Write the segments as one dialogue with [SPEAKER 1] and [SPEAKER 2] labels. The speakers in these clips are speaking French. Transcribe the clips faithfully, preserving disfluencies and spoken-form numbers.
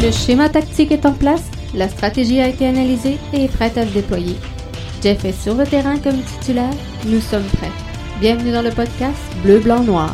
[SPEAKER 1] Le schéma tactique est en place, la stratégie a été analysée et est prête à se déployer. Jeff est sur le terrain comme titulaire, nous sommes prêts. Bienvenue dans le podcast Bleu, Blanc, Noir.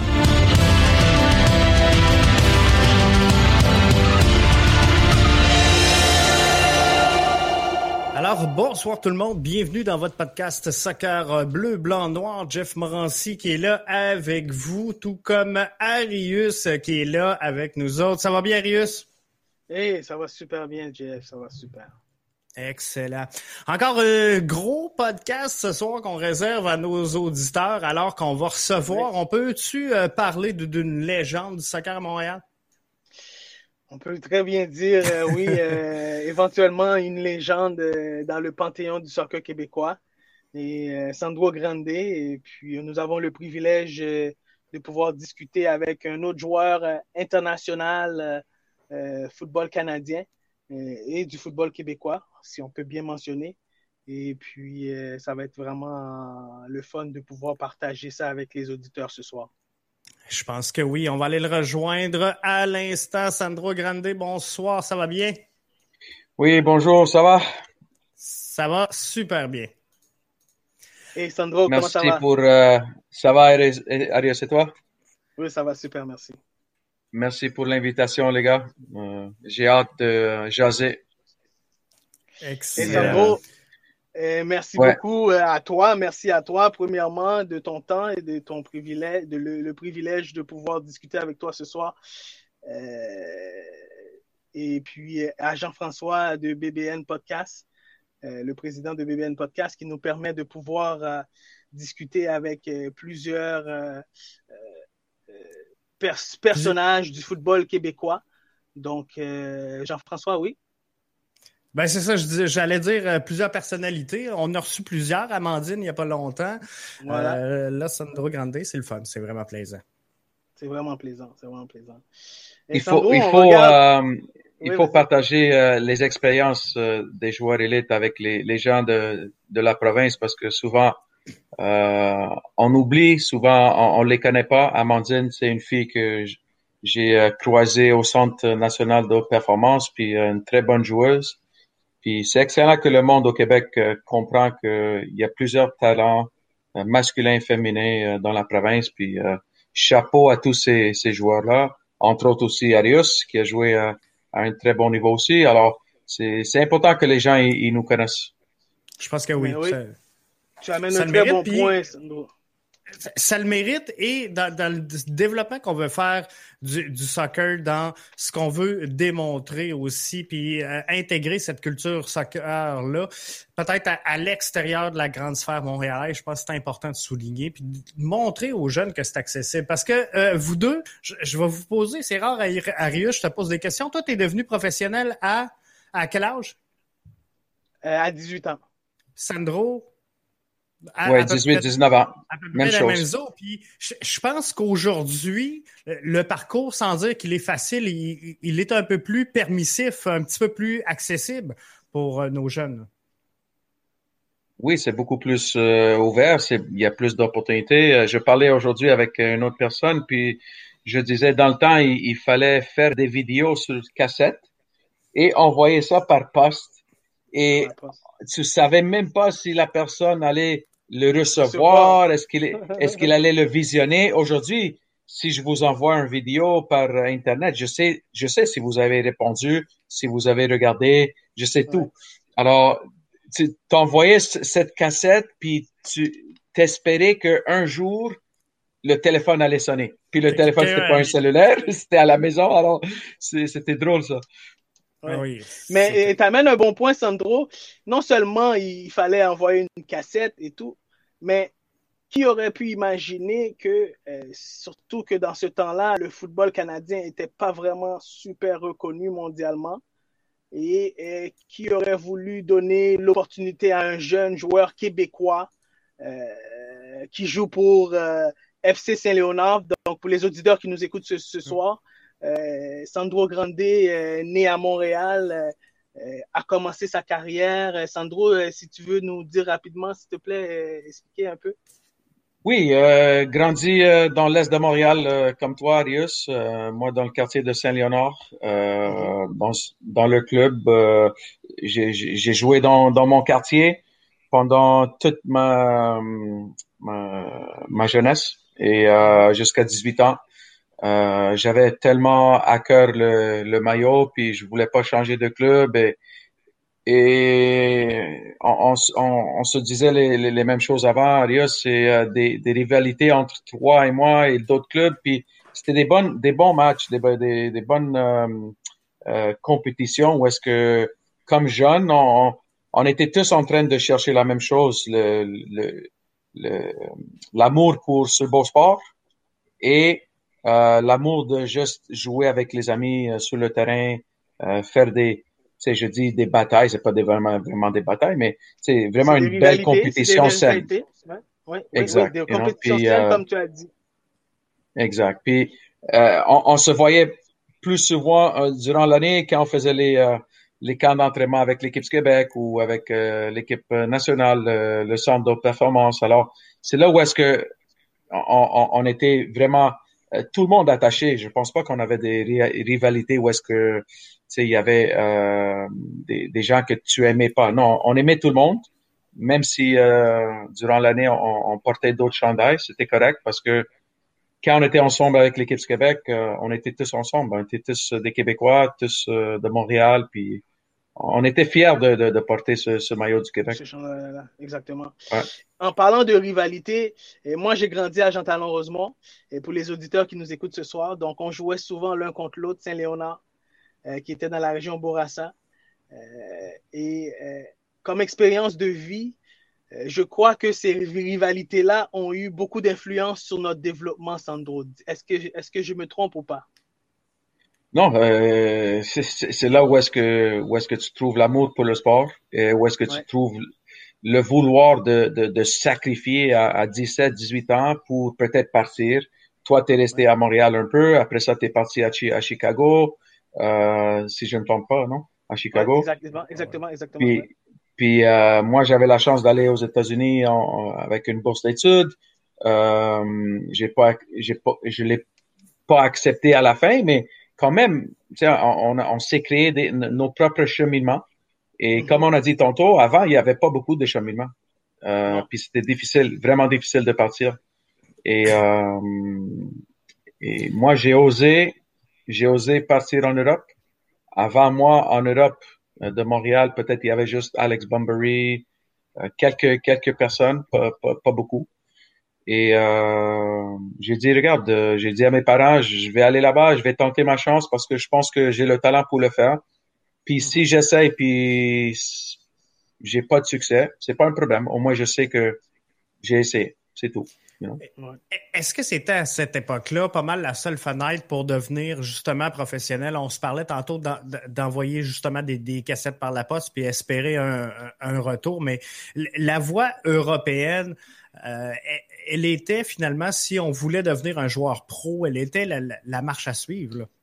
[SPEAKER 2] Alors, bonsoir tout le monde, bienvenue dans votre podcast Soccer Bleu, Blanc, Noir. Jeff Morancy qui est là avec vous, tout comme Arius qui est là avec nous autres. Ça va bien, Arius?
[SPEAKER 3] Hey, ça va super bien, Jeff, ça va super.
[SPEAKER 2] Excellent. Encore un gros podcast ce soir qu'on réserve à nos auditeurs alors qu'on va recevoir. Oui. On peut-tu euh, parler d'une légende du soccer à Montréal?
[SPEAKER 3] On peut très bien dire, euh, oui, euh, éventuellement une légende euh, dans le panthéon du soccer québécois. Et euh, Sandro Grande. Et puis, nous avons le privilège euh, de pouvoir discuter avec un autre joueur euh, international euh, euh, football canadien euh, et du football québécois, si on peut bien mentionner. Et puis, euh, ça va être vraiment le fun de pouvoir partager ça avec les auditeurs ce soir.
[SPEAKER 2] Je pense que oui. On va aller le rejoindre à l'instant. Sandro Grande, bonsoir. Ça va bien?
[SPEAKER 4] Oui, bonjour. Ça va?
[SPEAKER 2] Ça va super bien.
[SPEAKER 3] Et Sandro,
[SPEAKER 4] merci
[SPEAKER 3] comment ça va?
[SPEAKER 4] Pour, euh, ça va, Arius, et toi?
[SPEAKER 3] Oui, ça va super, merci.
[SPEAKER 4] Merci pour l'invitation, les gars. Euh, j'ai hâte de jaser.
[SPEAKER 2] Excellent.
[SPEAKER 3] Et Sandro, Euh, merci ouais. beaucoup à toi. Merci à toi, premièrement, de ton temps et de ton privilège, de le, le privilège de pouvoir discuter avec toi ce soir. Euh, et puis à Jean-François de B B N Podcast, euh, le président de B B N Podcast, qui nous permet de pouvoir euh, discuter avec euh, plusieurs euh, euh, pers- personnages du football québécois. Donc, euh, Jean-François, oui.
[SPEAKER 2] Ben c'est ça, je dis, j'allais dire euh, plusieurs personnalités. On a reçu plusieurs, Amandine, il n'y a pas longtemps. Voilà. Euh, là, Sandro Grande, c'est le fun, c'est vraiment plaisant.
[SPEAKER 3] C'est vraiment plaisant, c'est vraiment plaisant.
[SPEAKER 4] Et il faut, Sandro, il faut, regarde... euh, il oui, faut partager euh, les expériences euh, des joueurs élites avec les, les gens de, de la province parce que souvent, euh, on oublie, souvent, on, on les connaît pas. Amandine, c'est une fille que j'ai euh, croisée au Centre national de haute performance, puis euh, une très bonne joueuse. Puis c'est excellent que le monde au Québec euh, comprend qu'il y a plusieurs talents euh, masculins et féminins euh, dans la province. Puis euh, chapeau à tous ces, ces joueurs-là, entre autres aussi Arius, qui a joué euh, à un très bon niveau aussi. Alors, c'est, c'est important que les gens ils, ils nous connaissent.
[SPEAKER 2] Je pense que oui.
[SPEAKER 3] oui.
[SPEAKER 2] Ça,
[SPEAKER 3] tu amènes
[SPEAKER 2] ça
[SPEAKER 3] un très bon
[SPEAKER 2] puis...
[SPEAKER 3] point, Sandro.
[SPEAKER 2] Ça, ça le mérite et dans, dans le développement qu'on veut faire du, du soccer, dans ce qu'on veut démontrer aussi, puis euh, intégrer cette culture soccer-là, peut-être à, à l'extérieur de la grande sphère montréalaise, je pense que c'est important de souligner, puis de montrer aux jeunes que c'est accessible. Parce que euh, vous deux, je, je vais vous poser, c'est rare, Arius, je te pose des questions. Toi, tu es devenu professionnel à, à quel âge?
[SPEAKER 3] Euh, à dix-huit ans.
[SPEAKER 2] Sandro?
[SPEAKER 4] Oui, dix-huit, dix-neuf ans.
[SPEAKER 2] À peu près
[SPEAKER 4] même
[SPEAKER 2] la
[SPEAKER 4] chose.
[SPEAKER 2] même zone. Puis je, je pense qu'aujourd'hui, le parcours, sans dire qu'il est facile, il, il est un peu plus permissif, un petit peu plus accessible pour nos jeunes.
[SPEAKER 4] Oui, c'est beaucoup plus euh, ouvert. C'est, il y a plus d'opportunités. Je parlais aujourd'hui avec une autre personne, puis je disais, dans le temps, il, il fallait faire des vidéos sur cassette et envoyer ça par poste. Et tu savais même pas si la personne allait le recevoir, est-ce qu'il, est-ce qu'il allait le visionner. Aujourd'hui, si je vous envoie une vidéo par Internet, je sais, je sais si vous avez répondu, si vous avez regardé, je sais tout. Ouais. Alors, tu t'envoyais cette cassette, puis tu t'espérais qu'un jour, le téléphone allait sonner. Puis le téléphone, c'était pas un cellulaire, c'était à la maison, alors c'était drôle, ça.
[SPEAKER 3] Ouais. Oui, mais tu amènes un bon point, Sandro. Non seulement il fallait envoyer une cassette et tout, mais qui aurait pu imaginer que, euh, surtout que dans ce temps-là, le football canadien n'était pas vraiment super reconnu mondialement, et, et qui aurait voulu donner l'opportunité à un jeune joueur québécois euh, qui joue pour euh, F C Saint-Léonard. Donc, pour les auditeurs qui nous écoutent ce, ce soir, Euh, Sandro Grande, euh, né à Montréal, euh, a commencé sa carrière. Sandro, euh, si tu veux nous dire rapidement, s'il te plaît, euh, expliquer un peu.
[SPEAKER 4] Oui, euh, grandi euh, dans l'est de Montréal euh, comme toi, Arius. Euh, moi, dans le quartier de Saint-Léonard, euh,
[SPEAKER 3] Mm-hmm.
[SPEAKER 4] dans, dans le club. Euh, j'ai, j'ai joué dans, dans mon quartier pendant toute ma, ma, ma jeunesse et
[SPEAKER 3] Mm-hmm.
[SPEAKER 4] euh, jusqu'à dix-huit ans. Euh, j'avais tellement à cœur le, le maillot, puis je voulais pas changer de club. Et, Et on, on, on se disait les, les, les mêmes choses avant, Arias, c'est euh, des, des rivalités entre toi et moi et d'autres clubs. Puis c'était des bonnes, des bons matchs, des, des, des bonnes euh, euh, compétitions où est-ce que, comme jeunes, on, on était tous en train de chercher la même chose, le, le, le, l'amour pour ce beau sport et euh, l'amour de juste jouer avec les amis euh, sur le terrain, euh, faire des tu sais, je dis des batailles, c'est pas des, vraiment, vraiment des batailles, mais c'est vraiment
[SPEAKER 3] C'est des
[SPEAKER 4] une belle
[SPEAKER 3] rivalités, c'est des
[SPEAKER 4] compétition saine.
[SPEAKER 3] rivalités. Ouais. Oui, oui, oui,
[SPEAKER 4] Exact.
[SPEAKER 3] des
[SPEAKER 4] You know?
[SPEAKER 3] compétitions
[SPEAKER 4] Puis,
[SPEAKER 3] saines,
[SPEAKER 4] euh,
[SPEAKER 3] comme tu as dit.
[SPEAKER 4] exact. Puis, euh, on, on se voyait plus souvent euh, durant l'année quand on faisait les, euh, les camps d'entraînement avec l'équipe du Québec ou avec euh, l'équipe nationale, euh, le centre de performance. Alors, c'est là où est-ce que on, on, on était vraiment euh, tout le monde attaché. Je pense pas qu'on avait des ri- rivalités où est-ce que tu sais il y avait euh, des, des gens que tu aimais pas. Non, on aimait tout le monde, même si euh, durant l'année on, on portait d'autres chandails, c'était correct parce que quand on était ensemble avec l'équipe du Québec, euh, on était tous ensemble. On était tous des Québécois, tous euh, de Montréal, puis on était fiers de, de, de porter ce, ce maillot du Québec.
[SPEAKER 3] Ce champ-là, exactement.
[SPEAKER 4] Ouais.
[SPEAKER 3] En parlant de rivalité, et moi j'ai grandi à Jean-Talon-Rosemont, et pour les auditeurs qui nous écoutent ce soir, donc on jouait souvent l'un contre l'autre, Saint-Léonard, euh, qui était dans la région Bourassa. Euh, et euh, comme expérience de vie, euh, je crois que ces rivalités-là ont eu beaucoup d'influence sur notre développement, Sandro. Est-ce que, est-ce que je me trompe ou pas?
[SPEAKER 4] Non, euh, c'est, c'est c'est là où est-ce que où est-ce que tu trouves l'amour pour le sport et où est-ce que tu
[SPEAKER 3] Ouais.
[SPEAKER 4] trouves le vouloir de, de, de sacrifier à, à dix-sept, dix-huit ans pour peut-être partir. Toi, t'es resté
[SPEAKER 3] Ouais.
[SPEAKER 4] à Montréal un peu. Après ça, t'es parti à, Chi- à Chicago, euh, si je ne me trompe pas, non? À
[SPEAKER 3] Ouais,
[SPEAKER 4] Chicago.
[SPEAKER 3] exactement, exactement, exactement.
[SPEAKER 4] Puis,
[SPEAKER 3] Ouais.
[SPEAKER 4] puis euh, moi, j'avais la chance d'aller aux États-Unis en- en- avec une bourse d'études. Euh, j'ai pas, j'ai pas, je l'ai pas accepté à la fin, mais quand même, tu sais, on, on, on s'est créé des, nos propres cheminements. Et comme
[SPEAKER 3] Mm-hmm.
[SPEAKER 4] on a dit tantôt, avant, il n'y avait pas beaucoup de cheminements. Euh,
[SPEAKER 3] Non.
[SPEAKER 4] puis c'était difficile, vraiment difficile de partir. Et, euh, et moi, j'ai osé, j'ai osé partir en Europe. Avant moi, en Europe, euh, de Montréal, peut-être il y avait juste Alex Bumbury, euh, quelques quelques personnes, pas, pas, pas beaucoup. Et euh, j'ai dit, regarde, euh, j'ai dit à mes parents, je vais aller là-bas, je vais tenter ma chance parce que je pense que j'ai le talent pour le faire. Puis si
[SPEAKER 3] Mm-hmm.
[SPEAKER 4] j'essaye, puis j'ai pas de succès, c'est pas un problème. Au moins, je sais que j'ai essayé. C'est tout. You know?
[SPEAKER 3] Ouais.
[SPEAKER 2] Est-ce que c'était à cette époque-là pas mal la seule fenêtre pour devenir justement professionnel? On se parlait tantôt d'en, d'envoyer justement des, des cassettes par la poste puis espérer un, un, un retour, mais la voie européenne, euh, elle était finalement, si on voulait devenir un joueur pro, elle était la, la, la marche à suivre, là.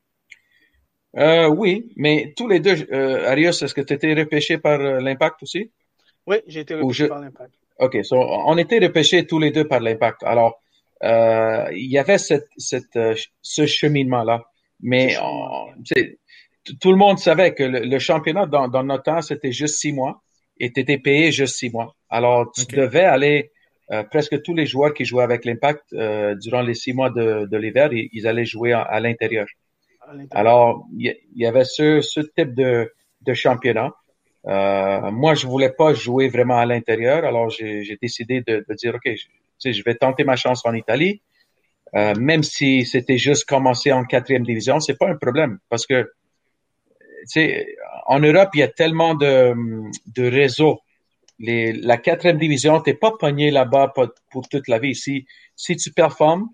[SPEAKER 4] Euh, oui, mais tous les deux, euh, Arius, est-ce que tu étais repêché par euh, l'Impact aussi?
[SPEAKER 3] Oui, j'ai été
[SPEAKER 4] Ou
[SPEAKER 3] repêché
[SPEAKER 4] je...
[SPEAKER 3] par l'Impact.
[SPEAKER 4] OK, so, on était repêchés tous les deux par l'Impact. Alors, euh, il y avait cette, cette, euh, ce cheminement-là. Mais on,
[SPEAKER 3] Ouais.
[SPEAKER 4] tout le monde savait que le, le championnat, dans, dans notre temps, c'était juste six mois et tu étais payé juste six mois. Alors, tu
[SPEAKER 2] Okay.
[SPEAKER 4] devais aller, euh, presque tous les joueurs qui jouaient avec l'Impact euh, durant les six mois de, de l'hiver, ils, ils allaient jouer à, à l'intérieur. Alors, il y, y avait ce, ce type de, de championnat. Euh, moi, je voulais pas jouer vraiment à l'intérieur, alors j'ai, j'ai décidé de, de dire, OK, je, tu sais, je vais tenter ma chance en Italie, euh, même si c'était juste commencer en quatrième division, c'est pas un problème, parce que, tu sais, en Europe, il y a tellement de, de réseaux. Les, la quatrième division, t'es pas pogné là-bas pour, pour toute la vie. Si, si tu performes,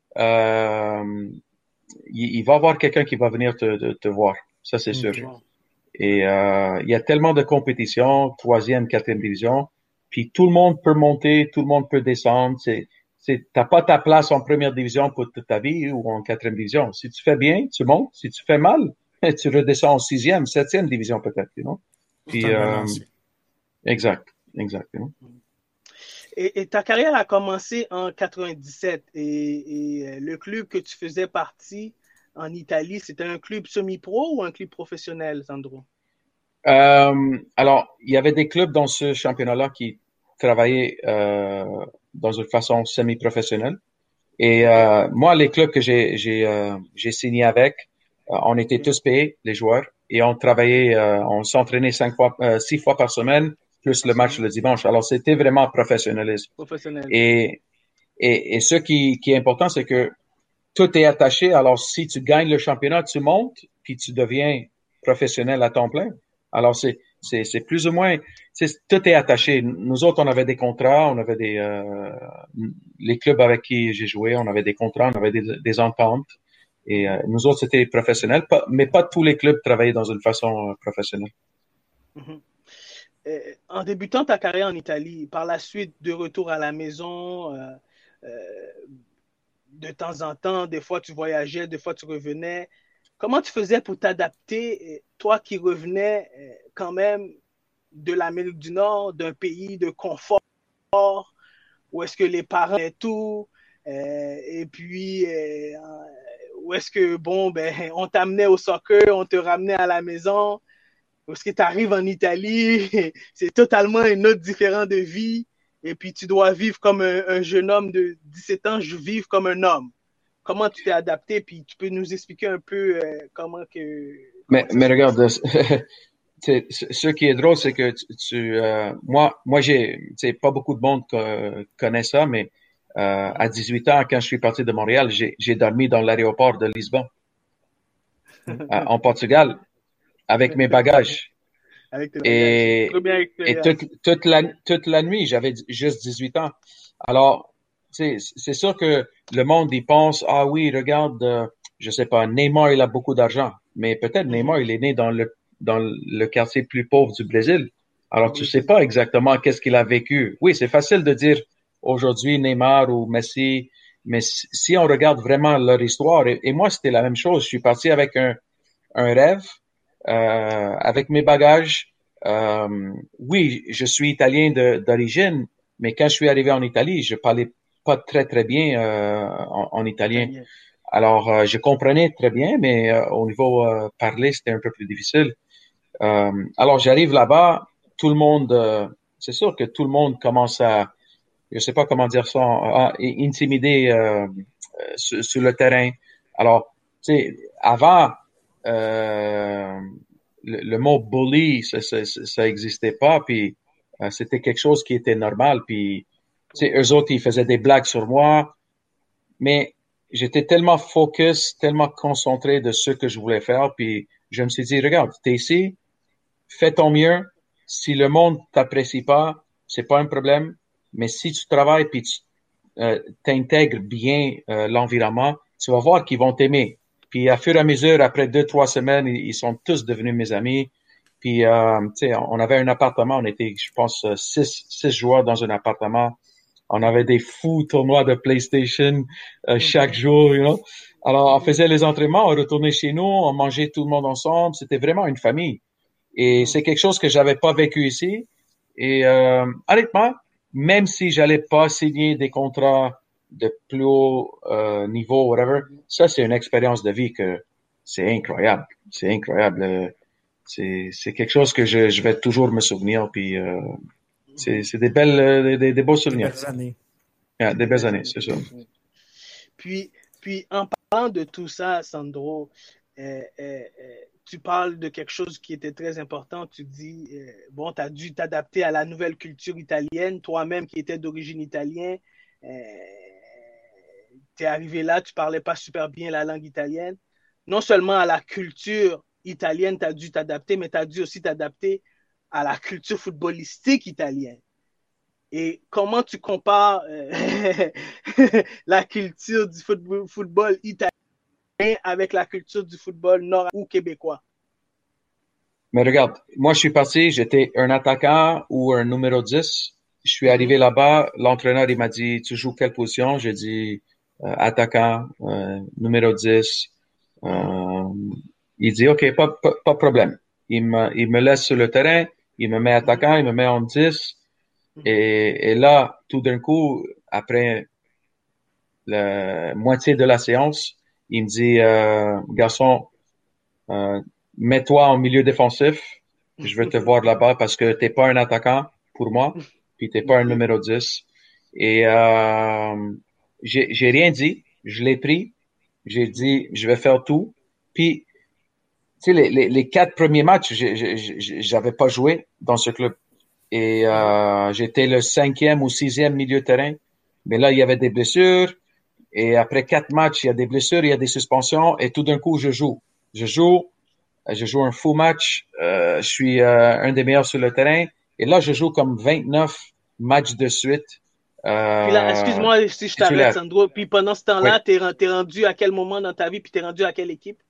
[SPEAKER 4] euh, il, il va y avoir quelqu'un qui va venir te, te, te voir. Ça, c'est sûr.
[SPEAKER 2] Okay.
[SPEAKER 4] Et euh, il y a tellement de compétitions, troisième, quatrième division, puis tout le monde peut monter, tout le monde peut descendre. C'est, c'est, t'as pas ta place en première division pour toute ta vie ou en quatrième division. Si tu fais bien, tu montes. Si tu fais mal, tu redescends en sixième, septième division peut-être, you know? Puis,
[SPEAKER 2] C'est un
[SPEAKER 4] euh,
[SPEAKER 2] balancier.
[SPEAKER 4] exact, exact. You know?
[SPEAKER 3] Et, et ta carrière a commencé en quatre-vingt-dix-sept et, et le club que tu faisais partie en Italie, c'était un club semi-pro ou un club professionnel, Sandro?
[SPEAKER 4] Euh, alors, il y avait des clubs dans ce championnat-là qui travaillaient euh, dans une façon semi-professionnelle. Et euh, moi, les clubs que j'ai j'ai euh, j'ai signé avec, euh, on était okay. tous payés, les joueurs, et on travaillait, euh, on s'entraînait cinq fois, euh, six fois par semaine, plus le match le dimanche. Alors, c'était vraiment professionnalisme.
[SPEAKER 3] Professionnel.
[SPEAKER 4] Et et, et ce qui qui est important, c'est que tout est attaché. Alors, si tu gagnes le championnat, tu montes, puis tu deviens professionnel à temps plein. Alors, c'est, c'est, c'est plus ou moins, c'est, tout est attaché. Nous autres, on avait des contrats, on avait des, euh, les clubs avec qui j'ai joué, on avait des contrats, on avait des, des ententes. Et euh, nous autres, c'était professionnel, pas, mais pas tous les clubs travaillaient dans une façon euh, professionnelle.
[SPEAKER 3] Mm-hmm. Euh, en débutant ta carrière en Italie, par la suite, de retour à la maison, euh, euh, de temps en temps, des fois tu voyageais, des fois tu revenais. Comment tu faisais pour t'adapter, toi qui revenais quand même de l'Amérique du Nord, d'un pays de confort, où est-ce que les parents et tout, euh, et puis euh, où est-ce que, bon, ben, on t'amenait au soccer, on te ramenait à la maison, où est-ce que tu arrives en Italie, c'est totalement un autre différent de vie, et puis tu dois vivre comme un, un jeune homme de dix-sept ans, je vive comme un homme. Comment tu t'es adapté, puis tu peux nous expliquer un peu euh, comment que...
[SPEAKER 4] Comment mais mais regarde, ce qui est drôle, c'est que tu, tu euh, moi, moi j'ai, tu sais, pas beaucoup de monde que, connaît ça, mais euh, à dix-huit ans, quand je suis parti de Montréal, j'ai, j'ai dormi dans l'aéroport de Lisbonne, en Portugal, avec mes bagages.
[SPEAKER 3] Avec tes
[SPEAKER 4] et
[SPEAKER 3] bagages.
[SPEAKER 4] et toute, toute la toute la nuit, j'avais juste dix-huit ans. Alors, tu sais, c'est sûr que le monde y pense, ah oui, regarde, euh, je sais pas, Neymar, il a beaucoup d'argent, mais peut-être mm-hmm. Neymar, il est né dans le dans le quartier plus pauvre du Brésil. Alors, oui, tu sais pas exactement qu'est-ce qu'il a vécu. Oui, c'est facile de dire aujourd'hui Neymar ou Messi, mais si on regarde vraiment leur histoire, et, et moi, c'était la même chose. Je suis parti avec un, un rêve, euh, avec mes bagages. Euh, oui, je suis italien de, d'origine, mais quand je suis arrivé en Italie, je parlais pas très, très bien euh, en, en italien. Alors, euh, je comprenais très bien, mais euh, au niveau euh, parler, c'était un peu plus difficile. Euh, alors, j'arrive là-bas, tout le monde, euh, c'est sûr que tout le monde commence à, je sais pas comment dire ça, à intimider euh, sur, sur le terrain. Alors, tu sais, avant, euh, le, le mot bully, ça, ça, ça existait pas, puis euh, c'était quelque chose qui était normal, puis tu sais, eux autres, ils faisaient des blagues sur moi, mais j'étais tellement focus, tellement concentré de ce que je voulais faire, puis je me suis dit, regarde, t'es ici, fais ton mieux. Si le monde t'apprécie pas, c'est pas un problème. Mais si tu travailles puis tu euh, t'intègres bien euh, l'environnement, tu vas voir qu'ils vont t'aimer. Puis à fur et à mesure, après deux, trois semaines, ils sont tous devenus mes amis. Puis euh, tu sais, on avait un appartement, on était, je pense, six, six joueurs dans un appartement. On avait des fous tournois de PlayStation euh, chaque jour, you know. Alors on faisait les entraînements, on retournait chez nous, on mangeait tout le monde ensemble. C'était vraiment une famille. Et c'est quelque chose que j'avais pas vécu ici. Et euh, honnêtement, même si j'allais pas signer des contrats de plus haut euh, niveau, whatever, ça c'est une expérience de vie que c'est incroyable. C'est incroyable. C'est c'est quelque chose que je, je vais toujours me souvenir. Puis euh, c'est c'est des belles, des, des beaux souvenirs.
[SPEAKER 2] Des belles années.
[SPEAKER 4] Yeah, des belles années, c'est ça.
[SPEAKER 3] Puis puis en parlant de tout ça, Sandro. Euh, euh, tu parles de quelque chose qui était très important. Tu dis, euh, bon, tu as dû t'adapter à la nouvelle culture italienne. Toi-même qui étais d'origine italienne, euh, tu es arrivé là, tu parlais pas super bien la langue italienne. Non seulement à la culture italienne, tu as dû t'adapter, mais tu as dû aussi t'adapter à la culture footballistique italienne. Et comment tu compares euh, la culture du football, football italien avec la culture du football nord ou québécois?
[SPEAKER 4] Mais regarde, moi je suis parti, j'étais un attaquant ou un numéro dix. Je suis arrivé mm-hmm. là-bas, l'entraîneur il m'a dit, tu joues quelle position? J'ai dit euh, attaquant, euh, numéro dix. Euh, il dit ok, pas, pas, pas de problème. Il me, il me laisse sur le terrain, il me met attaquant, mm-hmm. il me met en dix. Et, et là, tout d'un coup, après la moitié de la séance, il me dit, euh, garçon, euh, mets-toi en milieu défensif. Je veux te voir là-bas parce que t'es pas un attaquant pour moi, puis t'es pas un numéro dix. Et euh, j'ai, j'ai rien dit. Je l'ai pris. J'ai dit, je vais faire tout. Puis, tu sais, les, les, les quatre premiers matchs, j'ai, j'ai, j'avais pas joué dans ce club. Et euh, j'étais le cinquième ou sixième milieu de terrain. Mais là, il y avait des blessures. Et après quatre matchs, il y a des blessures, il y a des suspensions. Et tout d'un coup, je joue. Je joue. Je joue un full match. Euh, je suis euh, un des meilleurs sur le terrain. Et là, je joue comme vingt-neuf matchs de suite. Euh,
[SPEAKER 3] puis là, excuse-moi si je t'arrête, Sandro. Puis pendant ce temps-là, oui. t'es, t'es rendu à quel moment dans ta vie? Puis t'es rendu à quelle équipe?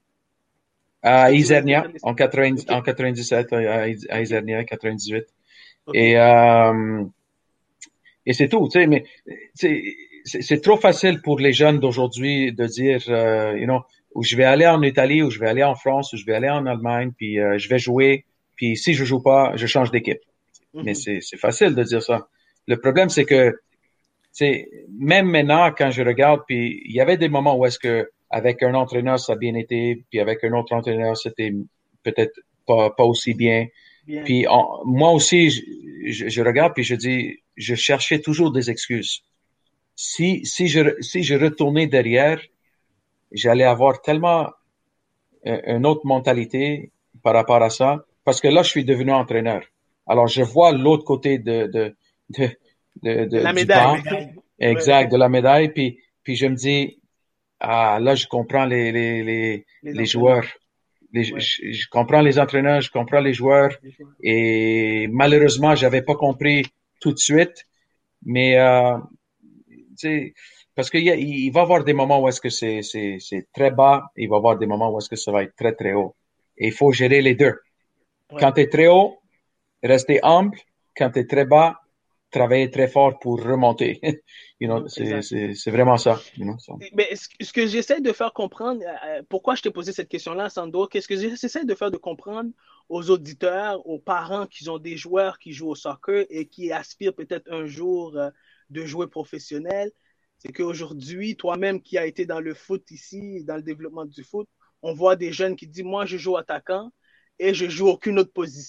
[SPEAKER 4] À Isernia, en, quatre-vingt-dix, okay. en quatre-vingt-dix-sept, à Isernia, quatre-vingt-dix-huit. Okay. Et, euh, et c'est tout, tu sais, mais c'est, c'est trop facile pour les jeunes d'aujourd'hui de dire, euh, you know, où je vais aller en Italie, ou je vais aller en France, ou je vais aller en Allemagne, puis euh, je vais jouer, puis si je joue pas, je change d'équipe. Mm-hmm. Mais c'est, c'est facile de dire ça. Le problème, c'est que, tu sais, même maintenant, quand je regarde, puis il y avait des moments où est-ce que avec un entraîneur, ça a bien été, puis avec un autre entraîneur, c'était peut-être pas, pas aussi bien. bien. Puis en, moi aussi, je, je, je regarde, puis je dis, je cherchais toujours des excuses. Si, si je, si je retournais derrière, j'allais avoir tellement une autre mentalité par rapport à ça, parce que là, je suis devenu entraîneur. Alors, je vois l'autre côté de, de, de, de, de
[SPEAKER 3] la
[SPEAKER 4] du
[SPEAKER 3] médaille.
[SPEAKER 4] banc, exact, ouais. de la médaille, puis, puis je me dis, ah, là, je comprends les, les, les, les, les joueurs. Les, ouais. je, je comprends les entraîneurs, je comprends les joueurs, les joueurs. Et malheureusement, j'avais pas compris tout de suite, mais, euh, tu sais, parce qu'il y a, il va y avoir des moments où est-ce que c'est, c'est, c'est très bas, il va y avoir des moments où est-ce que ça va être très, très haut. Et il faut gérer les deux. Ouais. Quand tu es très haut, rester humble. Quand tu es très bas, travailler très fort pour remonter. you know, c'est, c'est, c'est vraiment ça. You know, so.
[SPEAKER 3] Mais ce que j'essaie de faire comprendre, euh, pourquoi je t'ai posé cette question-là, Sandro, qu'est-ce que j'essaie de faire de comprendre aux auditeurs, aux parents qui ont des joueurs qui jouent au soccer et qui aspirent peut-être un jour euh, de jouer professionnel, c'est qu'aujourd'hui, toi-même qui as été dans le foot ici, dans le développement du foot, on voit des jeunes qui disent « Moi, je joue attaquant et je joue aucune autre position. »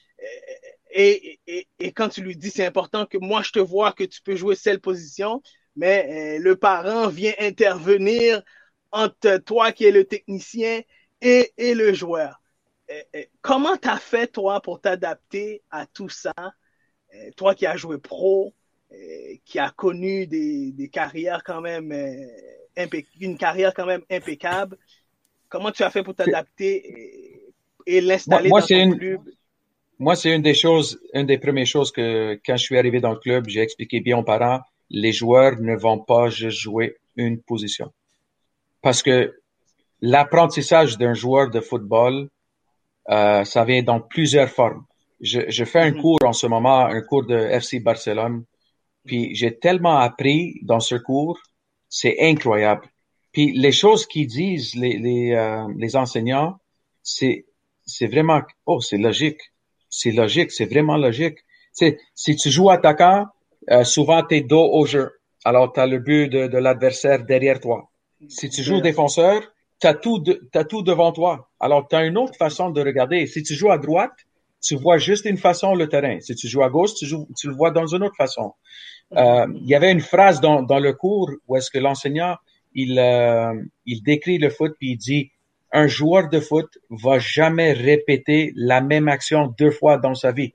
[SPEAKER 3] Et, et, et quand tu lui dis, c'est important que moi, je te vois que tu peux jouer cette position, mais euh, le parent vient intervenir entre toi qui es le technicien et, et le joueur. Et, et, comment tu as fait, toi, pour t'adapter à tout ça? Euh, toi qui as joué pro, euh, qui as connu des, des carrières quand même, euh, impec- une carrière quand même impeccable, comment tu as fait pour t'adapter et, et l'installer moi, moi, dans ton une... club?
[SPEAKER 4] Moi, c'est une des choses, une des premières choses que, quand je suis arrivé dans le club, j'ai expliqué bien aux parents, les joueurs ne vont pas juste jouer une position. Parce que l'apprentissage d'un joueur de football, euh, ça vient dans plusieurs formes. Je, je fais un cours en ce moment, un cours de F C Barcelone, puis j'ai tellement appris dans ce cours, c'est incroyable. Puis les choses qu'ils disent, les, les, euh, les enseignants, c'est, c'est vraiment, oh, c'est logique. C'est logique, c'est vraiment logique. Tu sais, si tu joues attaquant, euh, souvent t'es dos au jeu. Alors, t'as le but de, de l'adversaire derrière toi. Si tu joues défenseur, t'as tout, de, t'as tout devant toi. Alors, t'as une autre façon de regarder. Si tu joues à droite, tu vois juste une façon le terrain. Si tu joues à gauche, tu, joues, tu le vois dans une autre façon. Euh, il y avait une phrase dans, dans le cours où est-ce que l'enseignant, il, euh, il décrit le foot puis il dit un joueur de foot va jamais répéter la même action deux fois dans sa vie.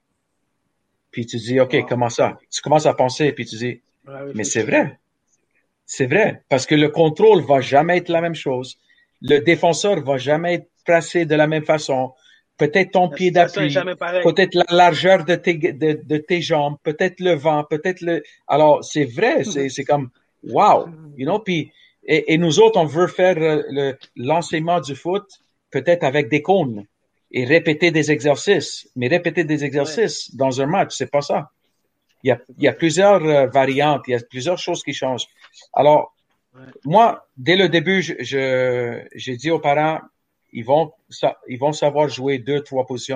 [SPEAKER 4] Puis tu dis, OK, wow. Comment ça? Tu commences à penser, puis tu dis, ouais, oui, mais c'est vrai. C'est vrai. Parce que le contrôle va jamais être la même chose. Le défenseur va jamais être placé de la même façon. Peut-être ton la pied d'appui, peut-être la largeur de tes, de, de tes jambes, peut-être le vent, peut-être le... Alors, c'est vrai, c'est, c'est comme, wow, you know, puis Et, et nous autres, on veut faire le, l'enseignement du foot peut-être avec des cônes et répéter des exercices. Mais répéter des exercices ouais. dans un match, c'est pas ça. Il y a, il y a plusieurs euh, variantes, il y a plusieurs choses qui changent. Alors, ouais. moi, dès le début, je, je, j'ai dit aux parents, ils vont, ça, ils vont savoir jouer deux, trois positions.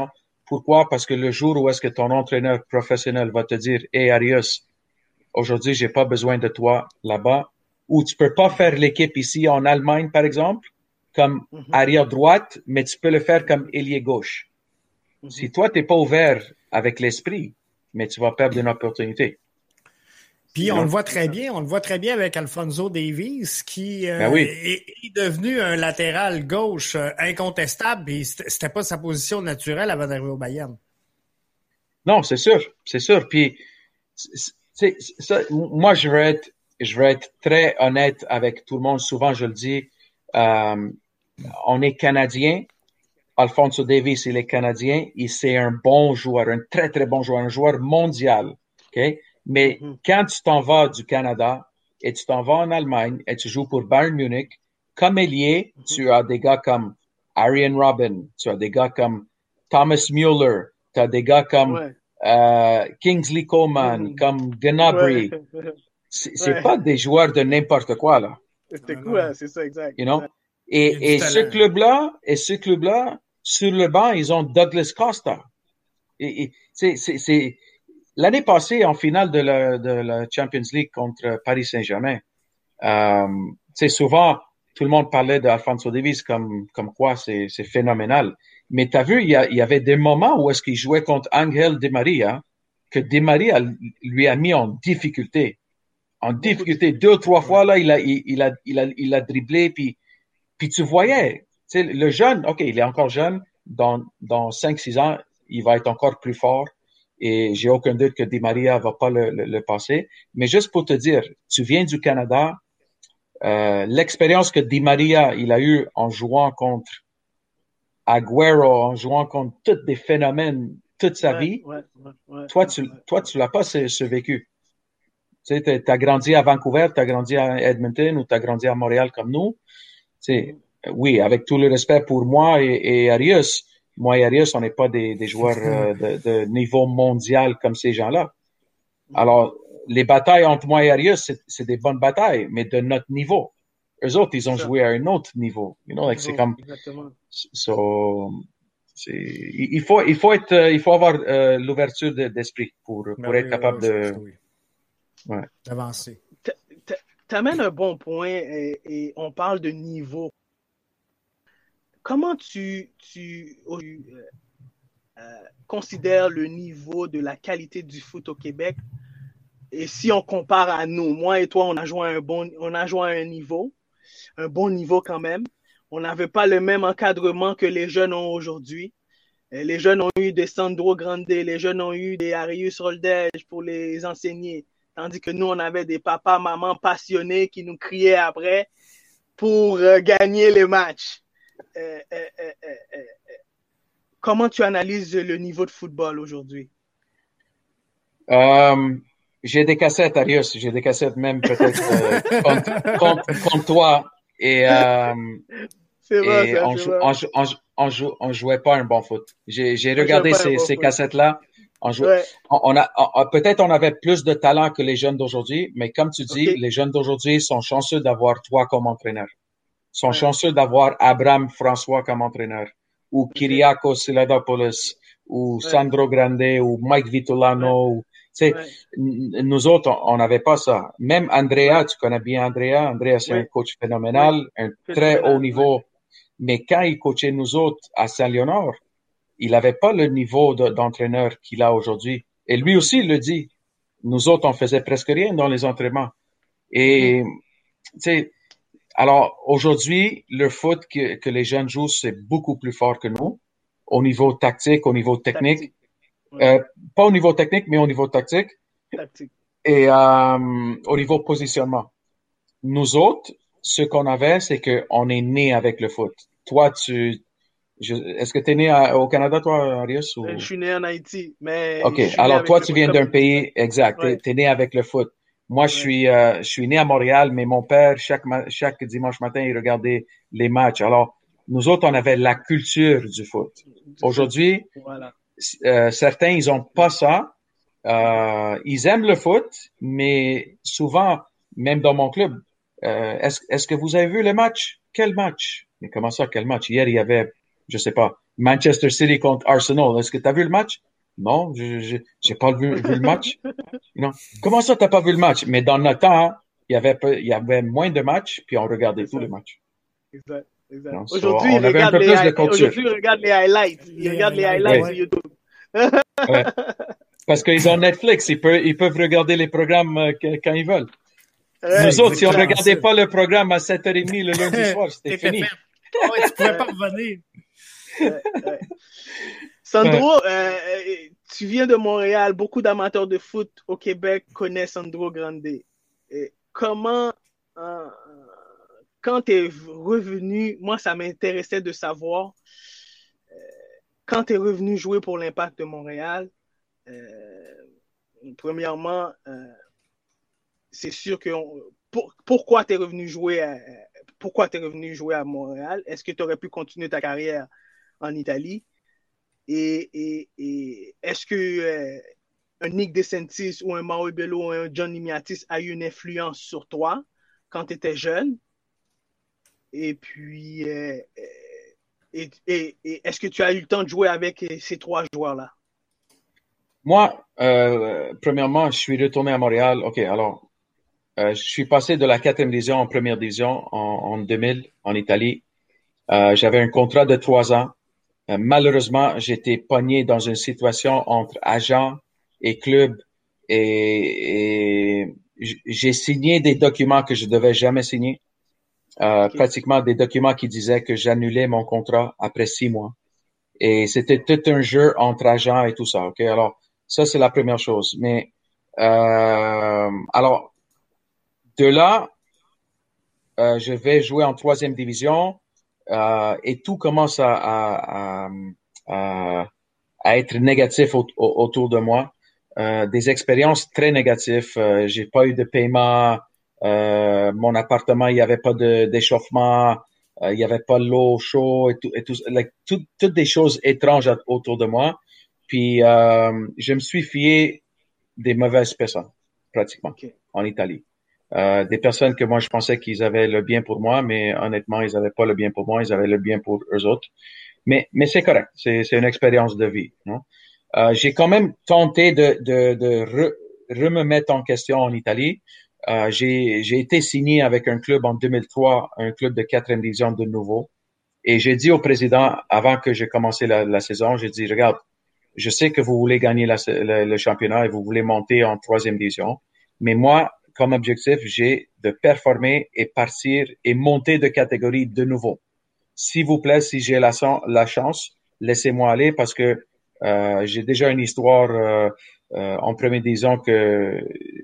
[SPEAKER 4] Pourquoi? Parce que le jour où est-ce que ton entraîneur professionnel va te dire, hey Arius, aujourd'hui, j'ai pas besoin de toi là-bas, ou tu peux pas faire l'équipe ici en Allemagne, par exemple, comme mm-hmm. arrière droite, mais tu peux le faire comme ailier gauche. Mm-hmm. Si toi, t'es pas ouvert avec l'esprit, mais tu vas perdre une opportunité.
[SPEAKER 2] Puis on le voit très bien, on le voit très bien avec Alphonso Davies qui euh,
[SPEAKER 4] ben oui.
[SPEAKER 2] est, est devenu un latéral gauche euh, incontestable, et c'était pas sa position naturelle avant d'arriver au Bayern.
[SPEAKER 4] Non, c'est sûr, c'est sûr. Puis c'est, ça, moi je veux être, je veux être très honnête avec tout le monde. Souvent je le dis, euh, on est Canadien. Alphonso Davies, il est Canadien. Il c'est un bon joueur, un très très bon joueur, un joueur mondial. Ok. Mais mm-hmm. quand tu t'en vas du Canada et tu t'en vas en Allemagne et tu joues pour Bayern Munich, comme ailier, mm-hmm. tu as des gars comme Arjen Robben, tu as des gars comme Thomas Müller, tu as des gars comme ouais. euh, Kingsley Coman, mm-hmm. comme Gnabry. Ouais. C'est, c'est ouais. pas des joueurs de n'importe quoi, là.
[SPEAKER 3] C'était cool, hein, c'est ça, exact.
[SPEAKER 4] You know? Et, et ce club-là, et ce club-là, sur le banc, ils ont Douglas Costa. Et, et c'est, c'est, c'est, l'année passée, en finale de la, de la Champions League contre Paris Saint-Germain, euh, c'est souvent, tout le monde parlait d'Alphonso Davies comme, comme quoi c'est, c'est phénoménal. Mais t'as vu, il y, a, il y avait des moments où est-ce qu'il jouait contre Angel Di Maria, que Di Maria lui a mis en difficulté. En difficulté. Deux ou trois fois, là, il a, il, il a, il a, il a dribblé, puis, puis tu voyais, tu sais, le jeune, OK, il est encore jeune, dans, dans cinq, six ans, il va être encore plus fort. Et j'ai aucun doute que Di Maria va pas le, le, le passer. Mais juste pour te dire, tu viens du Canada, euh, l'expérience que Di Maria, il a eu en jouant contre Agüero, en jouant contre tous des phénomènes toute sa
[SPEAKER 3] ouais,
[SPEAKER 4] vie,
[SPEAKER 3] ouais, ouais, ouais,
[SPEAKER 4] toi, tu, toi, tu l'as pas ce, ce vécu. Tu sais, t'as grandi à Vancouver, t'as grandi à Edmonton ou t'as grandi à Montréal comme nous. Tu sais, oui, avec tout le respect pour moi et, et Arius, moi et Arius, on n'est pas des, des joueurs euh, de, de niveau mondial comme ces gens-là. Alors, les batailles entre moi et Arius, c'est, c'est des bonnes batailles, mais de notre niveau. Eux autres, ils ont joué à un autre niveau. You know, like, c'est comme,
[SPEAKER 3] exactement.
[SPEAKER 4] So, c'est, il faut, il faut être, il faut avoir euh, l'ouverture de, d'esprit pour, pour ben être oui, capable oui, de,
[SPEAKER 2] oui.
[SPEAKER 4] ouais.
[SPEAKER 2] d'avancer.
[SPEAKER 3] Tu amènes un bon point et, et on parle de niveau. Comment tu, tu euh, euh, considères le niveau de la qualité du foot au Québec? Et si on compare à nous, moi et toi, on a joué à un bon, on a joué à un niveau, un bon niveau quand même. On n'avait pas le même encadrement que les jeunes ont aujourd'hui. Les jeunes ont eu des Sandro Grande, les jeunes ont eu des Arius Holdej pour les enseigner. Tandis que nous, on avait des papas, mamans passionnés qui nous criaient après pour euh, gagner les matchs. Euh, euh, euh, euh, euh, comment tu analyses le niveau de football aujourd'hui?
[SPEAKER 4] Euh, j'ai des cassettes, Arius. J'ai des cassettes même peut-être euh, contre, contre, contre toi. Et, euh,
[SPEAKER 3] c'est vrai,
[SPEAKER 4] et
[SPEAKER 3] ça,
[SPEAKER 4] on,
[SPEAKER 3] c'est
[SPEAKER 4] jou,
[SPEAKER 3] vrai.
[SPEAKER 4] on, jou, on, jou, on, jou, on jouait pas un bon foot. J'ai, j'ai regardé ces, bon ces cassettes-là. On jouait, ouais. on, on a, on, peut-être on avait plus de talent que les jeunes d'aujourd'hui, mais comme tu dis, okay. les jeunes d'aujourd'hui sont chanceux d'avoir toi comme entraîneur. Sont ouais. chanceux d'avoir Abraham François comme entraîneur, ou okay. Kyriakos Siladopoulos, ou ouais. Sandro Grande, ou Mike Vitulano. Ouais. Ou, tu sais, ouais. nous autres, on n'avait pas ça. Même Andrea, ouais. tu connais bien Andrea. Andrea, c'est ouais. un coach phénoménal, ouais. un très phénoménal, haut niveau. Ouais. Mais quand il coachait nous autres à Saint-Léonard, il n'avait pas le niveau de, d'entraîneur qu'il a aujourd'hui. Et lui aussi, il le dit. Nous autres, on faisait presque rien dans les entraînements. Et, mm. tu sais, alors, aujourd'hui, le foot que, que les jeunes jouent, c'est beaucoup plus fort que nous. Au niveau tactique, au niveau technique. Tactique. Ouais. Euh, pas au niveau technique, mais au niveau tactique.
[SPEAKER 3] Tactique.
[SPEAKER 4] Et, euh, au niveau positionnement. Nous autres, ce qu'on avait, c'est qu'on est né avec le foot. Toi, tu, Je, est-ce que tu es né à, au Canada, toi, Arius? Ou...
[SPEAKER 3] Je suis né en Haïti, mais...
[SPEAKER 4] OK. Alors, toi, tu viens d'un pays... Exact. Ouais. Tu es né avec le foot. Moi, je ouais. suis euh, je suis né à Montréal, mais mon père, chaque, ma- chaque dimanche matin, il regardait les matchs. Alors, nous autres, on avait la culture du foot. Du Aujourd'hui, foot. Voilà. euh, certains, ils ont pas ça. Euh, ils aiment le foot, mais souvent, même dans mon club, euh, est-ce, est-ce que vous avez vu le match? Quel match? Mais comment ça, quel match? Hier, il y avait... je sais pas, Manchester City contre Arsenal. Est-ce que tu as vu le match? Non, je j'ai pas vu, vu le match. Non. Comment ça, t'as pas vu le match? Mais dans notre temps, hein, il y avait peu, il y avait moins de matchs, puis on regardait tous les matchs.
[SPEAKER 3] Exact, exact.
[SPEAKER 4] Non, so,
[SPEAKER 3] aujourd'hui,
[SPEAKER 4] on avait un peu plus de culture.
[SPEAKER 3] Aujourd'hui, ils regardent les highlights. Ils regardent les highlights
[SPEAKER 4] ouais.
[SPEAKER 3] sur YouTube.
[SPEAKER 4] Ouais. Parce qu'ils ont Netflix, ils peuvent, ils peuvent regarder les programmes euh, quand ils veulent. Ouais, Nous autres, si on ne regardait pas le programme à sept heures trente le lundi soir, c'était fini.
[SPEAKER 2] Oh, ouais, tu pouvais pas revenir.
[SPEAKER 3] Ouais, ouais. Sandro, ouais. euh, tu viens de Montréal. Beaucoup d'amateurs de foot au Québec connaissent Sandro Grande. Et comment, euh, quand tu es revenu, moi, ça m'intéressait de savoir, euh, quand tu es revenu jouer pour l'Impact de Montréal, euh, premièrement, euh, c'est sûr que on, pour, pourquoi tu es revenu jouer à, pourquoi tu es revenu jouer à Montréal? Est-ce que tu aurais pu continuer ta carrière en Italie? Et, et, et est-ce que euh, un Nick DeSantis ou un Mauro Bello ou un Johnny Miatis a eu une influence sur toi quand tu étais jeune? Et puis, euh, et, et, et est-ce que tu as eu le temps de jouer avec ces trois joueurs-là?
[SPEAKER 4] Moi, euh, premièrement, je suis retourné à Montréal. OK, alors, euh, je suis passé de la quatrième division en première division en, en deux mille en Italie. Euh, j'avais un contrat de trois ans. Euh, malheureusement, j'étais pogné dans une situation entre agent et club et, et j'ai signé des documents que je devais jamais signer. Euh, okay. Pratiquement des documents qui disaient que j'annulais mon contrat après six mois. Et c'était tout un jeu entre agents et tout ça. OK? Alors, ça, c'est la première chose. Mais, euh, alors, de là, euh, je vais jouer en troisième division euh, et tout commence à, à, à, à être négatif au, au, autour de moi. Euh, des expériences très négatives. Euh, j'ai pas eu de paiement. Euh, mon appartement, il y avait pas de, d'échauffement. Euh, il y avait pas l'eau chaude et tout, et tout, like, tout, toutes des choses étranges autour de moi. Puis, euh, je me suis fié des mauvaises personnes, pratiquement, okay. en Italie. Euh, des personnes que moi, je pensais qu'ils avaient le bien pour moi, mais honnêtement, ils avaient pas le bien pour moi, ils avaient le bien pour eux autres. Mais, mais c'est correct, c'est, c'est une expérience de vie, non? Euh, j'ai quand même tenté de, de, de re, re me mettre en question en Italie. Euh, j'ai, j'ai été signé avec un club en deux mille trois, un club de quatrième division de nouveau. Et j'ai dit au président, avant que j'ai commencé la, la saison, j'ai dit, regarde, je sais que vous voulez gagner la, le, le championnat et vous voulez monter en troisième division. Mais moi, comme objectif, j'ai de performer et partir et monter de catégorie de nouveau. S'il vous plaît, si j'ai la, la chance, laissez-moi aller parce que euh, j'ai déjà une histoire euh, euh, en première division que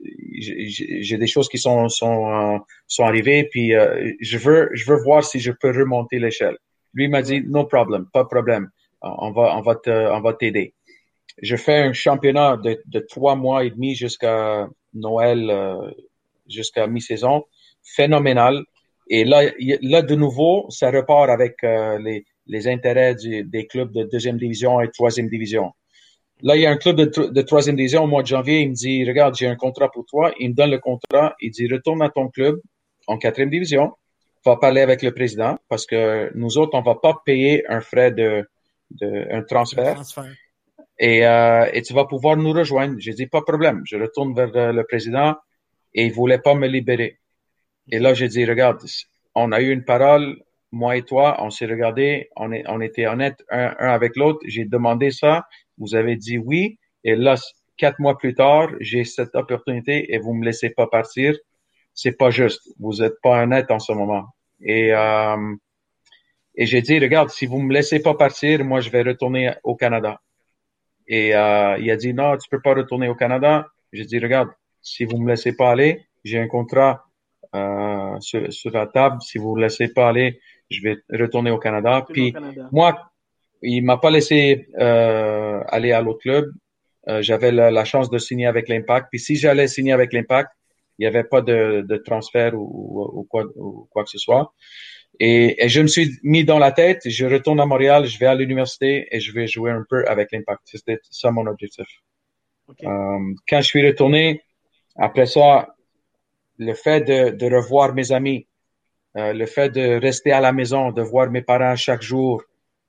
[SPEAKER 4] j'ai, j'ai des choses qui sont sont euh, sont arrivées puis euh, je veux je veux voir si je peux remonter l'échelle. Lui m'a dit no problem, pas de problème, on va on va te on va t'aider. Je fais un championnat de de trois mois et demi jusqu'à Noël, euh, jusqu'à mi-saison, phénoménal. Et là, là de nouveau, ça repart avec euh, les, les intérêts du, des clubs de deuxième division et troisième division. Là, il y a un club de, de troisième division au mois de janvier, il me dit, regarde, j'ai un contrat pour toi. Il me donne le contrat, il dit, retourne à ton club en quatrième division, va parler avec le président parce que nous autres, on va pas payer un frais de, de un transfert. transfert. Et, euh, et tu vas pouvoir nous rejoindre. J'ai dit, pas de problème. Je retourne vers le président et il voulait pas me libérer. Et là, j'ai dit, regarde, on a eu une parole, moi et toi, on s'est regardé, on, est, on était honnêtes un, un avec l'autre. J'ai demandé ça, vous avez dit oui. Et là, quatre mois plus tard, j'ai cette opportunité et vous me laissez pas partir. C'est pas juste. Vous êtes pas honnête en ce moment. Et, euh, et j'ai dit, regarde, si vous me laissez pas partir, moi, je vais retourner au Canada. Et euh, il a dit, non, tu peux pas retourner au Canada. J'ai dit, regarde, si vous me laissez pas aller, j'ai un contrat Euh, sur, sur la table, si vous ne laissez pas aller, je vais retourner au Canada. Puis Canada. Moi, il m'a pas laissé euh, aller à l'autre club. Euh, j'avais la, la chance de signer avec l'Impact. Puis si j'allais signer avec l'Impact, il n'y avait pas de, de transfert ou, ou, ou, quoi, ou quoi que ce soit. Et, et je me suis mis dans la tête, je retourne à Montréal, je vais à l'université et je vais jouer un peu avec l'Impact. C'était ça mon objectif. Okay. Euh, quand je suis retourné, après ça, le fait de, de revoir mes amis, euh, le fait de rester à la maison, de voir mes parents chaque jour,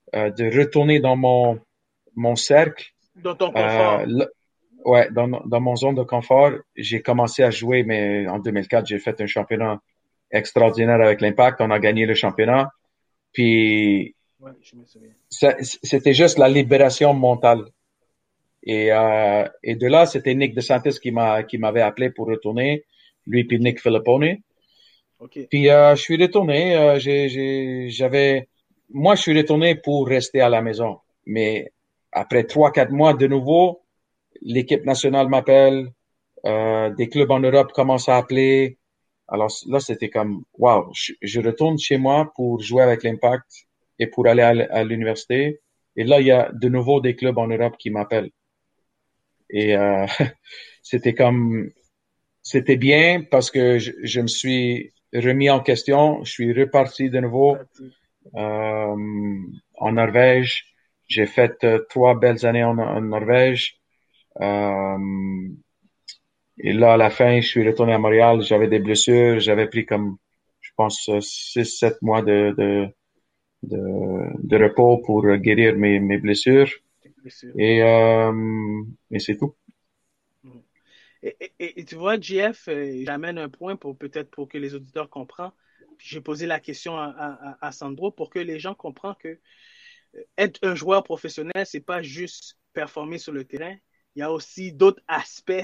[SPEAKER 4] euh, de retourner dans mon mon cercle.
[SPEAKER 3] Dans ton confort.
[SPEAKER 4] Euh, là, ouais, dans, dans mon zone de confort, j'ai commencé à jouer, mais en deux mille quatre, j'ai fait un championnat extraordinaire avec l'Impact. On a gagné le championnat. Puis,
[SPEAKER 3] ouais, je me souviens.
[SPEAKER 4] Ça, c'était juste la libération mentale. Et, euh, et de là, c'était Nick DeSantis qui m'a qui m'avait appelé pour retourner, lui puis Nick Filippone.
[SPEAKER 3] Okay.
[SPEAKER 4] Puis euh, je suis retourné. Euh, j'ai, j'ai, j'avais, moi, je suis retourné pour rester à la maison. Mais après trois, quatre mois de nouveau, l'équipe nationale m'appelle, euh, des clubs en Europe commencent à appeler. Alors là, c'était comme, wow, je, je retourne chez moi pour jouer avec l'Impact et pour aller à, à l'université. Et là, il y a de nouveau des clubs en Europe qui m'appellent. Et euh, c'était comme, c'était bien parce que je, je me suis remis en question. Je suis reparti de nouveau euh, en Norvège. J'ai fait euh, trois belles années en, en Norvège. Euh, et là, à la fin, je suis retourné à Montréal. J'avais des blessures. J'avais pris comme, je pense, six, sept mois de, de, de, de repos pour guérir mes, mes blessures. Et, euh, et c'est tout.
[SPEAKER 3] Et, et, et tu vois, J F, euh, j'amène un point pour peut-être pour que les auditeurs comprennent. J'ai posé la question à, à, à Sandro pour que les gens comprennent que être un joueur professionnel, c'est pas juste performer sur le terrain. Il y a aussi d'autres aspects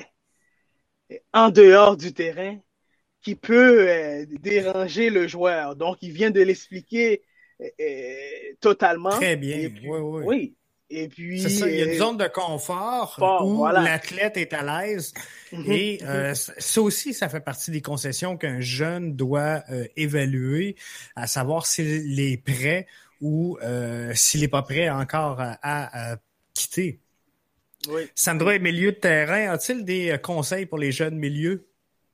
[SPEAKER 3] en dehors du terrain qui peut euh, déranger le joueur. Donc, il vient de l'expliquer euh, totalement.
[SPEAKER 2] Très bien.
[SPEAKER 3] Puis,
[SPEAKER 2] oui, oui.
[SPEAKER 3] Oui. Et puis,
[SPEAKER 2] c'est ça, il y a une
[SPEAKER 3] euh,
[SPEAKER 2] zone de confort
[SPEAKER 3] fort,
[SPEAKER 2] où
[SPEAKER 3] voilà.
[SPEAKER 2] l'athlète est à l'aise. Mm-hmm, et euh, mm-hmm. ça aussi, ça fait partie des concessions qu'un jeune doit euh, évaluer, à savoir s'il est prêt ou euh, s'il n'est pas prêt encore à, à, à quitter.
[SPEAKER 3] Oui.
[SPEAKER 2] Sandro est milieu de terrain. A-t-il des conseils pour les jeunes milieux?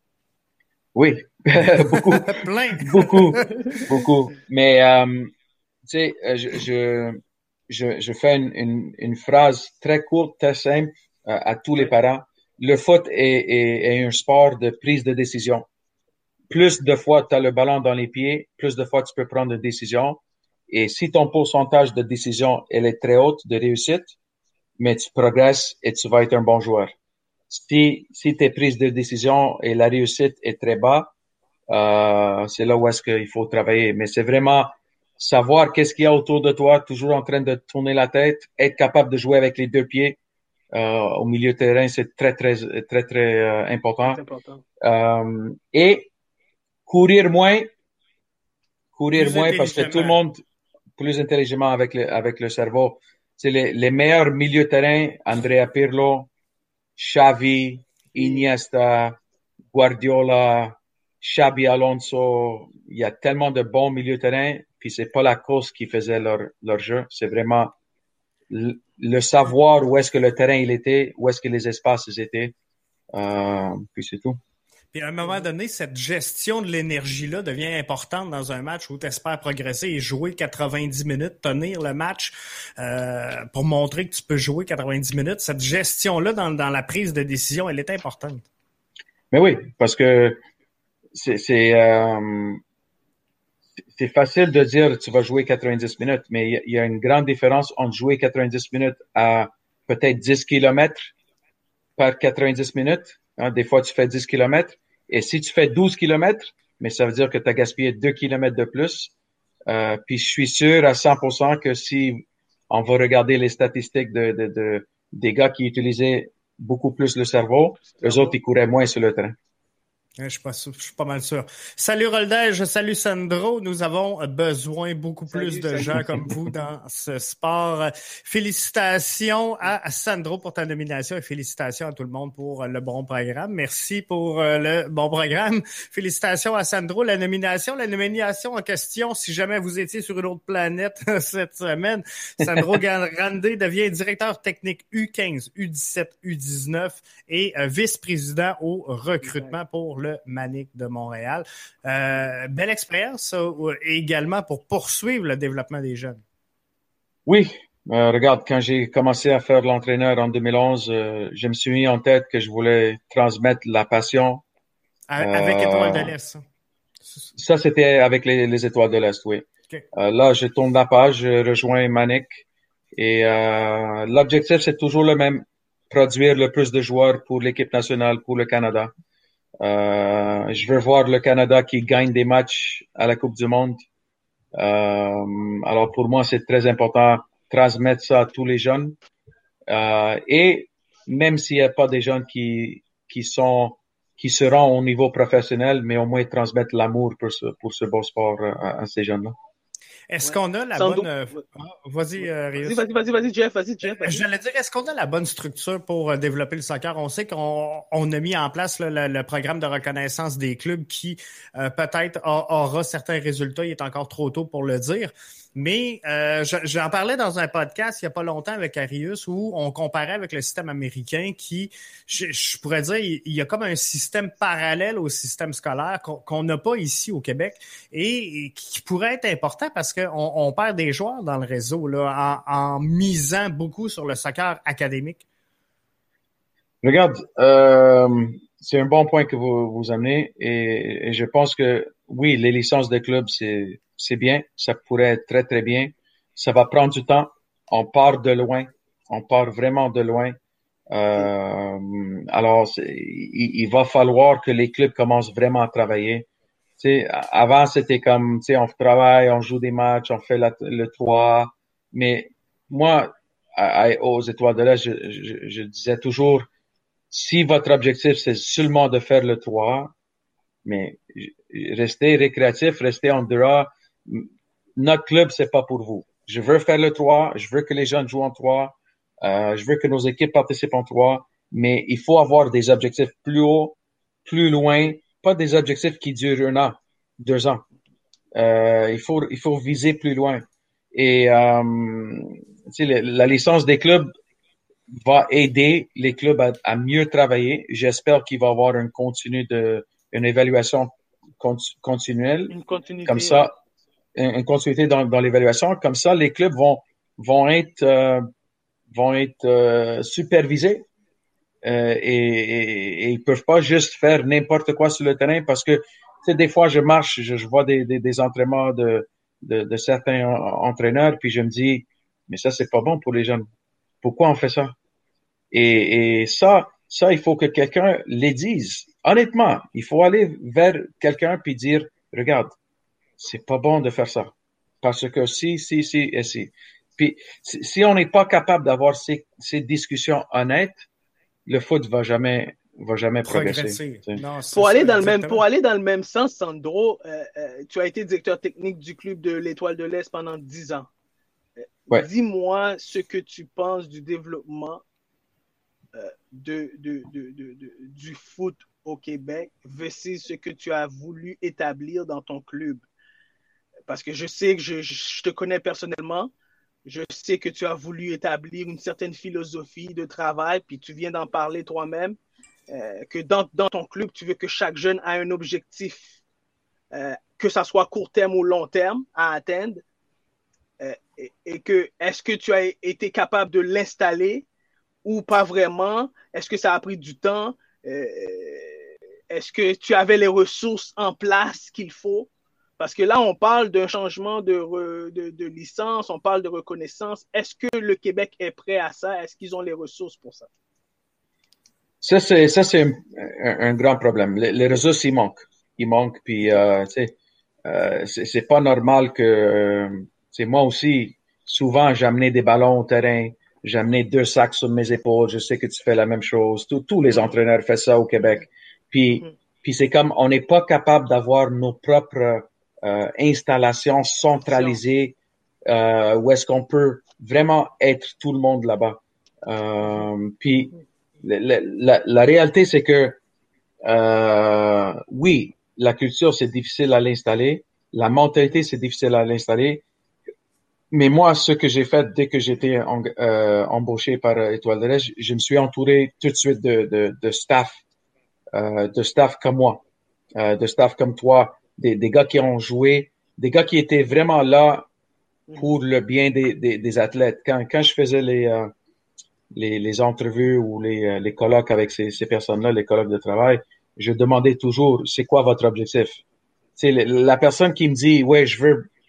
[SPEAKER 4] Oui, beaucoup.
[SPEAKER 2] Plein.
[SPEAKER 4] beaucoup, beaucoup. Mais, euh, tu sais, je... je... Je, je fais une, une, une phrase très courte, très simple euh, à tous les parents. Le foot est, est, est un sport de prise de décision. Plus de fois tu as le ballon dans les pieds, plus de fois tu peux prendre des décisions. Et si ton pourcentage de décision elle est très haute de réussite, mais tu progresses et tu vas être un bon joueur. Si, si tes prises de décision et la réussite est très bas, euh, c'est là où est-ce qu'il faut travailler. Mais c'est vraiment savoir qu'est-ce qu'il y a autour de toi, toujours en train de tourner la tête, être capable de jouer avec les deux pieds euh, au milieu de terrain, c'est très, très, très, très euh, important.
[SPEAKER 3] important.
[SPEAKER 4] Euh, et courir moins, courir plus moins parce que tout le monde, plus intelligemment avec le, avec le cerveau. C'est les, les meilleurs milieux de terrain, Andrea Pirlo, Xavi, Iniesta, Guardiola, Xabi Alonso, il y a tellement de bons milieux de terrain, puis c'est pas la course qui faisait leur, leur jeu, c'est vraiment le, le savoir où est-ce que le terrain il était, où est-ce que les espaces ils étaient, euh, puis c'est tout.
[SPEAKER 2] Puis à un moment donné, cette gestion de l'énergie-là devient importante dans un match où tu espères progresser et jouer quatre-vingt-dix minutes, tenir le match euh, pour montrer que tu peux jouer quatre-vingt-dix minutes. Cette gestion-là dans, dans la prise de décision, elle est importante.
[SPEAKER 4] Mais oui, parce que c'est, c'est, euh, c'est facile de dire tu vas jouer quatre-vingt-dix minutes, mais il y, y a une grande différence entre jouer quatre-vingt-dix minutes à peut-être dix kilomètres par quatre-vingt-dix minutes. Hein, des fois, tu fais dix kilomètres. Et si tu fais douze kilomètres, mais ça veut dire que tu as gaspillé deux kilomètres de plus. Euh, puis je suis sûr à cent pour cent que si on va regarder les statistiques de, de, de des gars qui utilisaient beaucoup plus le cerveau, eux autres, ils couraient moins sur le terrain.
[SPEAKER 2] Je suis pas sûr, je suis pas mal sûr. Salut Roldège, salut Sandro. Nous avons besoin beaucoup salut, plus de salut. gens comme vous dans ce sport. Félicitations à Sandro pour ta nomination et félicitations à tout le monde pour le bon programme. Merci pour le bon programme. Félicitations à Sandro. La nomination, la nomination en question, si jamais vous étiez sur une autre planète cette semaine, Sandro Grande devient directeur technique U quinze, U dix-sept, U dix-neuf et vice-président au recrutement pour le Manic de Montréal. Euh, belle expérience, ça, également pour poursuivre le développement des jeunes.
[SPEAKER 4] Oui. Euh, regarde, quand j'ai commencé à faire l'entraîneur en deux mille onze, euh, je me suis mis en tête que je voulais transmettre la passion.
[SPEAKER 2] Avec euh, Étoiles de l'Est, ça?
[SPEAKER 4] Ça, c'était avec les, les Étoiles de l'Est, oui.
[SPEAKER 2] Okay.
[SPEAKER 4] Euh, là, je tourne la page, je rejoins Manic. Et euh, l'objectif, c'est toujours le même. Produire le plus de joueurs pour l'équipe nationale, pour le Canada. Euh, je veux voir le Canada qui gagne des matchs à la Coupe du Monde. Euh, alors pour moi, c'est très important de transmettre ça à tous les jeunes. Euh, et même s'il n'y a pas des jeunes qui qui sont qui seront au niveau professionnel, mais au moins transmettre l'amour pour ce pour ce beau sport à, à ces jeunes-là.
[SPEAKER 2] Est-ce
[SPEAKER 3] Ouais.
[SPEAKER 2] qu'on a la
[SPEAKER 3] Sans
[SPEAKER 2] bonne...
[SPEAKER 3] doute.
[SPEAKER 2] Ah, vas-y, euh, Rius.
[SPEAKER 3] Vas-y, vas-y, vas-y, Jeff, vas-y, Jeff. Vas-y.
[SPEAKER 2] J'allais dire, est-ce qu'on a la bonne structure pour euh, développer le soccer? On sait qu'on on a mis en place là, le, le programme de reconnaissance des clubs qui euh, peut-être a, aura certains résultats. Il est encore trop tôt pour le dire. Mais euh, j'en parlais dans un podcast il n'y a pas longtemps avec Arius où on comparait avec le système américain qui, je, je pourrais dire, il, il y a comme un système parallèle au système scolaire qu'on qu'on n'a pas ici au Québec et, et qui pourrait être important parce qu'on on perd des joueurs dans le réseau là, en, en misant beaucoup sur le soccer académique.
[SPEAKER 4] Regarde, euh, c'est un bon point que vous, vous amenez et, et je pense que oui, les licences de clubs, c'est c'est bien, ça pourrait être très, très bien. Ça va prendre du temps. On part de loin. On part vraiment de loin. Euh, alors, il, il va falloir que les clubs commencent vraiment à travailler. Tu sais, avant, c'était comme, tu sais, on travaille, on joue des matchs, on fait la, le trois. Mais moi, à, à, aux Étoiles de l'Est, je, je, je disais toujours, si votre objectif, c'est seulement de faire le trois, mais restez récréatif, restez en dehors. Notre club, c'est pas pour vous. Je veux faire le trois, je veux que les jeunes jouent en trois, euh, je veux que nos équipes participent en trois, mais il faut avoir des objectifs plus hauts, plus loin, pas des objectifs qui durent un an, deux ans. Euh, il faut, il faut viser plus loin. Et euh, tu sais, la, la licence des clubs va aider les clubs à, à mieux travailler. J'espère qu'il va y avoir une continue de, une évaluation continuelle.
[SPEAKER 3] Une continuité.
[SPEAKER 4] Comme ça, une, une continuité dans, dans l'évaluation. Comme ça, les clubs vont, vont être, euh, vont être euh, supervisés. Euh, et, et, et ils peuvent pas juste faire n'importe quoi sur le terrain parce que, tu sais, des fois, je marche, je, je vois des, des, des entraînements de, de, de certains entraîneurs, puis je me dis, mais ça, c'est pas bon pour les jeunes. Pourquoi on fait ça? Et, et ça, ça, il faut que quelqu'un les dise. Honnêtement, il faut aller vers quelqu'un puis dire, regarde, c'est pas bon de faire ça. Parce que si, si, si et si. Puis, si, si on n'est pas capable d'avoir ces, ces discussions honnêtes, le foot va jamais, va jamais progresser. progresser.
[SPEAKER 3] Non, pour, aller dans le même, pour aller dans le même sens, Sandro, euh, euh, tu as été directeur technique du club de l'Étoile de l'Est pendant dix ans. Euh, ouais. Dis-moi ce que tu penses du développement euh, de, de, de, de, de, du foot au Québec versus ce que tu as voulu établir dans ton club. Parce que je sais que je, je te connais personnellement. Je sais que tu as voulu établir une certaine philosophie de travail, puis tu viens d'en parler toi-même, euh, que dans, dans ton club, tu veux que chaque jeune ait un objectif, euh, que ça soit court terme ou long terme, à atteindre, euh, et, et que est-ce que tu as été capable de l'installer ou pas vraiment? Est-ce que ça a pris du temps? Euh, est-ce que tu avais les ressources en place qu'il faut? Parce que là, on parle d'un changement de, re, de, de licence, on parle de reconnaissance. Est-ce que le Québec est prêt à ça? Est-ce qu'ils ont les ressources pour ça?
[SPEAKER 4] Ça, c'est, ça, c'est un, un, un grand problème. Les, les ressources, ils manquent. Ils manquent, puis, euh, tu sais, euh, c'est, c'est pas normal que, euh, tu sais, moi aussi, souvent, j'amenais des ballons au terrain, j'amenais deux sacs sur mes épaules, je sais que tu fais la même chose. Tous, tous les entraîneurs font ça au Québec. Puis, mm-hmm. puis c'est comme, on n'est pas capable d'avoir nos propres Euh, installation centralisée euh, où est-ce qu'on peut vraiment être tout le monde là-bas. Euh, puis la, la, la réalité, c'est que euh, oui, la culture, c'est difficile à l'installer. La mentalité, c'est difficile à l'installer. Mais moi, ce que j'ai fait dès que j'étais en, euh, embauché par Étoile de l'Est, je, je me suis entouré tout de suite de, de, de staff, euh, de staff comme moi, euh, de staff comme toi, Des, des gars qui ont joué, des gars qui étaient vraiment là pour le bien des, des, des athlètes. Quand, quand je faisais les, euh, les, les entrevues ou les, les colloques avec ces, ces personnes-là, les colloques de travail, je demandais toujours, c'est quoi votre objectif? C'est la personne qui me dit, ouais, je veux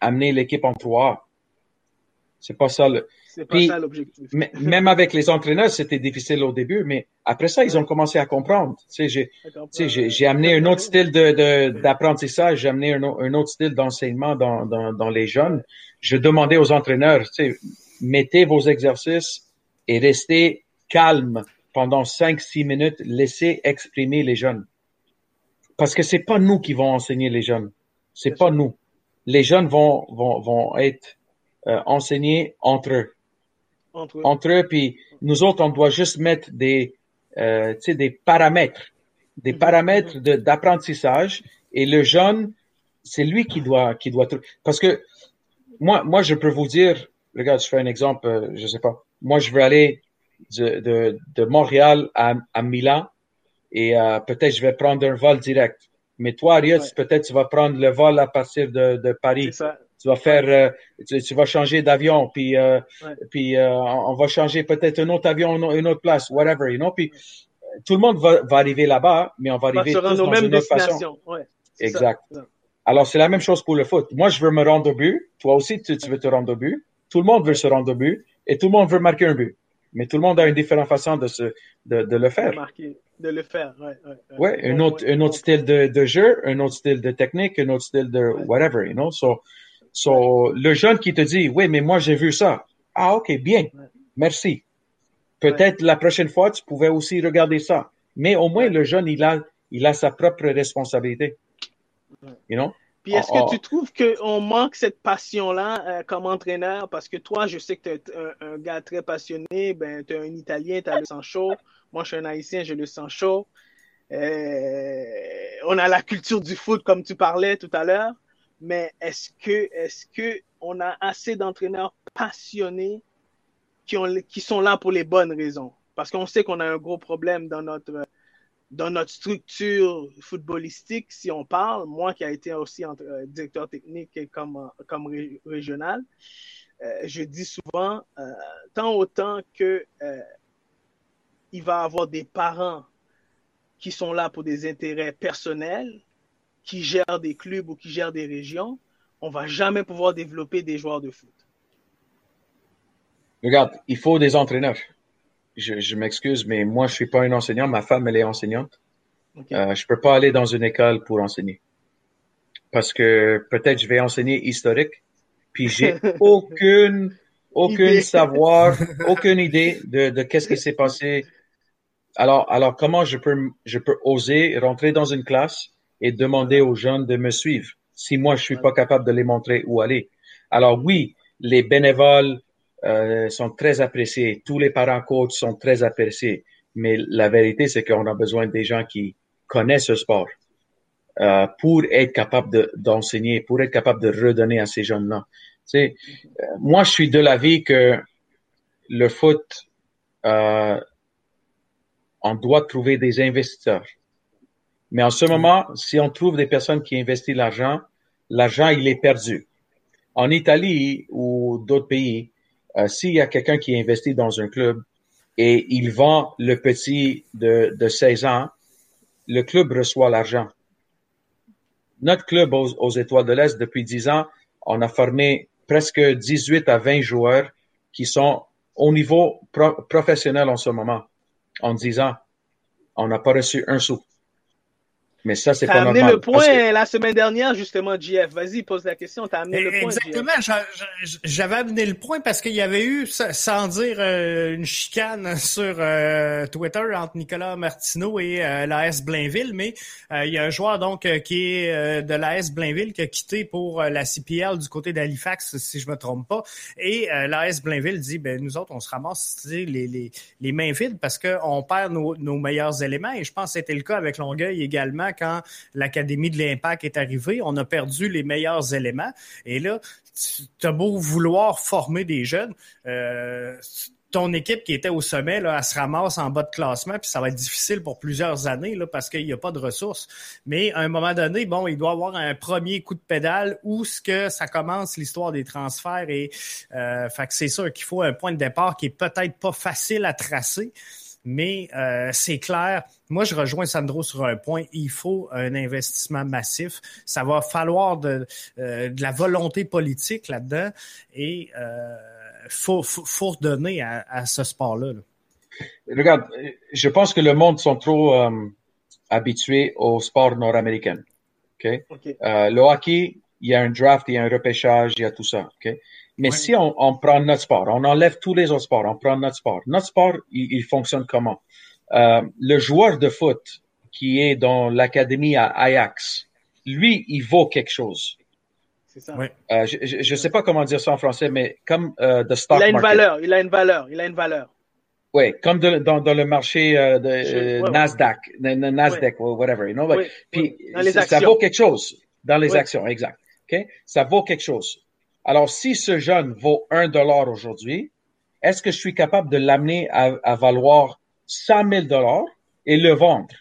[SPEAKER 4] amener l'équipe en trois A. C'est pas ça le.
[SPEAKER 3] C'est pas
[SPEAKER 4] Puis,
[SPEAKER 3] ça l'objectif.
[SPEAKER 4] m- même avec les entraîneurs, c'était difficile au début, mais après ça, ils ont commencé à comprendre. Tu sais, j'ai, tu sais, j'ai, j'ai amené un autre style de, de, d'apprentissage, j'ai amené un, au- un autre style d'enseignement dans, dans, dans les jeunes. Je demandais aux entraîneurs, tu sais, mettez vos exercices et restez calme pendant cinq, six minutes, laissez exprimer les jeunes. Parce que c'est pas nous qui vont enseigner les jeunes. C'est
[SPEAKER 3] Bien
[SPEAKER 4] pas
[SPEAKER 3] sûr.
[SPEAKER 4] nous. Les jeunes vont, vont, vont être euh, enseignés entre eux.
[SPEAKER 3] Entre eux.
[SPEAKER 4] Entre eux, puis nous autres, on doit juste mettre des, euh, tu sais, des paramètres, des
[SPEAKER 3] Mhm,
[SPEAKER 4] paramètres de, d'apprentissage, et le jeune, c'est lui qui doit, qui doit, tr- parce que moi, moi, je peux vous dire, regarde, je fais un exemple, euh, je sais pas. Moi, je veux aller de, de, de Montréal à, à Milan, et euh, peut-être je vais prendre un vol direct. Mais toi, Ariel,
[SPEAKER 3] Ouais.
[SPEAKER 4] peut-être tu vas prendre le vol à partir de, de
[SPEAKER 3] C'est
[SPEAKER 4] Paris.
[SPEAKER 3] ça.
[SPEAKER 4] Tu vas faire, euh, tu, tu vas changer d'avion, puis euh,
[SPEAKER 3] Ouais.
[SPEAKER 4] puis euh, on on va changer peut-être un autre avion, une une autre place, whatever, you know. Puis euh, tout le monde va, va arriver là-bas, mais on va
[SPEAKER 3] On va
[SPEAKER 4] arriver
[SPEAKER 3] se
[SPEAKER 4] tous
[SPEAKER 3] rendre aux
[SPEAKER 4] dans
[SPEAKER 3] mêmes
[SPEAKER 4] une autre façon.
[SPEAKER 3] destinations. Ouais. C'est ça.
[SPEAKER 4] Exact.
[SPEAKER 3] C'est ça.
[SPEAKER 4] Alors c'est la même chose pour le foot. Moi, je veux me rendre au but. Toi aussi, tu, tu veux te rendre au but. Tout le monde veut se rendre au but, et tout le monde veut marquer un but. Mais tout le monde a une différente façon de se de, de le
[SPEAKER 3] De
[SPEAKER 4] faire.
[SPEAKER 3] marquer, de le faire. Ouais, ouais, ouais.
[SPEAKER 4] Ouais, un
[SPEAKER 3] Bon
[SPEAKER 4] autre,
[SPEAKER 3] point,
[SPEAKER 4] un
[SPEAKER 3] bon
[SPEAKER 4] autre style de, de jeu, un autre style de technique, un autre style de
[SPEAKER 3] Ouais.
[SPEAKER 4] whatever, you know. So, so le jeune qui te dit, oui, mais moi j'ai vu ça. Ah, ok, bien,
[SPEAKER 3] Ouais.
[SPEAKER 4] merci. Peut-être la prochaine fois tu pouvais aussi regarder ça. Mais au moins
[SPEAKER 3] Ouais.
[SPEAKER 4] le jeune il a, il a sa propre responsabilité,
[SPEAKER 3] Ouais.
[SPEAKER 4] you know.
[SPEAKER 3] Puis est-ce
[SPEAKER 4] Oh,
[SPEAKER 3] que
[SPEAKER 4] oh.
[SPEAKER 3] tu trouves qu'on manque cette passion-là euh, comme entraîneur? Parce que toi, je sais que tu es un, un gars très passionné, ben, tu es un Italien, tu as le sang chaud. Moi, je suis un Haïtien, j'ai le sang chaud. Euh, on a la culture du foot, comme tu parlais tout à l'heure. Mais est-ce que, est-ce que on a assez d'entraîneurs passionnés qui, ont, qui sont là pour les bonnes raisons? Parce qu'on sait qu'on a un gros problème dans notre dans notre structure footballistique, si on parle, moi qui a été aussi entre, euh, directeur technique comme, comme ré, régional, euh, je dis souvent, euh, tant autant que euh, il va y avoir des parents qui sont là pour des intérêts personnels, qui gèrent des clubs ou qui gèrent des régions, on ne va jamais pouvoir développer des joueurs de foot.
[SPEAKER 4] Regarde, il faut des entraîneurs. Je, je m'excuse, mais moi je suis pas un enseignant. Ma femme elle est enseignante.
[SPEAKER 3] Okay.
[SPEAKER 4] Euh, je peux pas aller dans une école pour enseigner. Parce que peut-être je vais enseigner historique, puis j'ai aucune, aucune
[SPEAKER 3] Idée.
[SPEAKER 4] savoir, aucune idée de, de qu'est-ce qui s'est passé. Alors, alors comment je peux, je peux oser rentrer dans une classe et demander aux jeunes de me suivre si moi je suis pas capable de les montrer où aller. Alors oui, les bénévoles euh, sont très appréciés, tous les parents coachs sont très appréciés, mais la vérité c'est qu'on a besoin des gens qui connaissent ce sport euh, pour être capable de, d'enseigner, pour être capable de redonner à ces jeunes-là. Tu sais, euh, moi je suis de l'avis que le foot euh, on doit trouver des investisseurs. Mais en ce moment, si on trouve des personnes qui investissent l'argent, l'argent, il est perdu. En Italie ou d'autres pays, euh, s'il y a quelqu'un qui investit dans un club et il vend le petit de, de seize ans, le club reçoit l'argent. Notre club aux, aux Étoiles de l'Est, depuis dix ans, on a formé presque dix-huit à vingt joueurs qui sont au niveau pro- professionnel en ce moment. En dix ans, on n'a pas reçu un sou. Mais ça, c'est
[SPEAKER 3] T'as
[SPEAKER 4] pas
[SPEAKER 3] amené
[SPEAKER 4] normal.
[SPEAKER 3] le point
[SPEAKER 4] que...
[SPEAKER 3] la semaine dernière, justement, J F. Vas-y, pose la question. T'as amené le point,
[SPEAKER 2] exactement, j'avais amené le point parce qu'il y avait eu, sans dire euh, une chicane sur euh, Twitter entre Nicolas Martineau et euh, l'A S Blainville, mais euh, il y a un joueur donc euh, qui est euh, de l'A S Blainville qui a quitté pour euh, la C P L du côté d'Halifax, si je me trompe pas. Et euh, l'A S Blainville dit, ben nous autres, on se ramasse les, les, les mains vides parce qu'on perd nos, nos meilleurs éléments. Et je pense que c'était le cas avec Longueuil également quand l'Académie de l'Impact est arrivée. On a perdu les meilleurs éléments. Et là, tu as beau vouloir former des jeunes, euh, ton équipe qui était au sommet, là, elle se ramasse en bas de classement, puis ça va être difficile pour plusieurs années là, parce qu'il n'y a pas de ressources. Mais à un moment donné, bon, il doit y avoir un premier coup de pédale où ce que ça commence l'histoire des transferts. Et euh, fait que c'est sûr qu'il faut un point de départ qui est peut-être pas facile à tracer. mais euh, c'est clair. Moi, je rejoins Sandro sur un point. Il faut un investissement massif. Ça va falloir de, euh, de la volonté politique là-dedans et euh, faut, faut, faut redonner à, à ce sport-là. Là.
[SPEAKER 4] Regarde, je pense que le monde sont trop euh, habitués au sport nord-américain. Okay? Okay. Euh, le hockey, il y a un draft, il y a un repêchage, il y a tout ça. Okay? Mais ouais. si on, on prend notre sport, on enlève tous les autres sports, on prend notre sport. Notre sport, il, il fonctionne comment? Euh, le joueur de foot qui est dans l'académie à Ajax, lui, il vaut quelque chose.
[SPEAKER 3] C'est ça.
[SPEAKER 4] Ouais. Euh, je ne sais pas comment dire ça en français, mais comme euh, the stock
[SPEAKER 3] market. Il a une
[SPEAKER 4] market.
[SPEAKER 3] valeur, il a une valeur, il a une valeur.
[SPEAKER 4] Oui, comme de, dans, dans le marché euh, de euh, ouais, Nasdaq, ouais. Nasdaq ou ouais. whatever, you know.
[SPEAKER 3] Ouais,
[SPEAKER 4] Puis
[SPEAKER 3] dans les
[SPEAKER 4] ça,
[SPEAKER 3] actions.
[SPEAKER 4] ça vaut quelque chose dans les actions, exact. Okay? Ça vaut quelque chose. Alors, si ce jeune vaut un dollar aujourd'hui, est-ce que je suis capable de l'amener à, à valoir cent mille dollars et le vendre?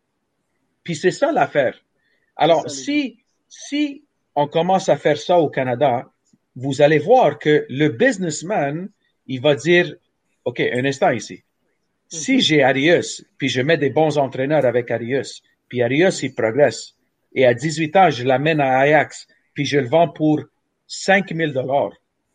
[SPEAKER 4] Puis c'est ça l'affaire. Alors, ça, si si on commence à faire ça au Canada, vous allez voir que le businessman, il va dire, OK, un instant ici. Mm-hmm. Si j'ai Arius, puis je mets des bons entraîneurs avec Arius, puis Arius, il progresse, et à dix-huit ans, je l'amène à Ajax, puis je le vends pour cinq mille dollars.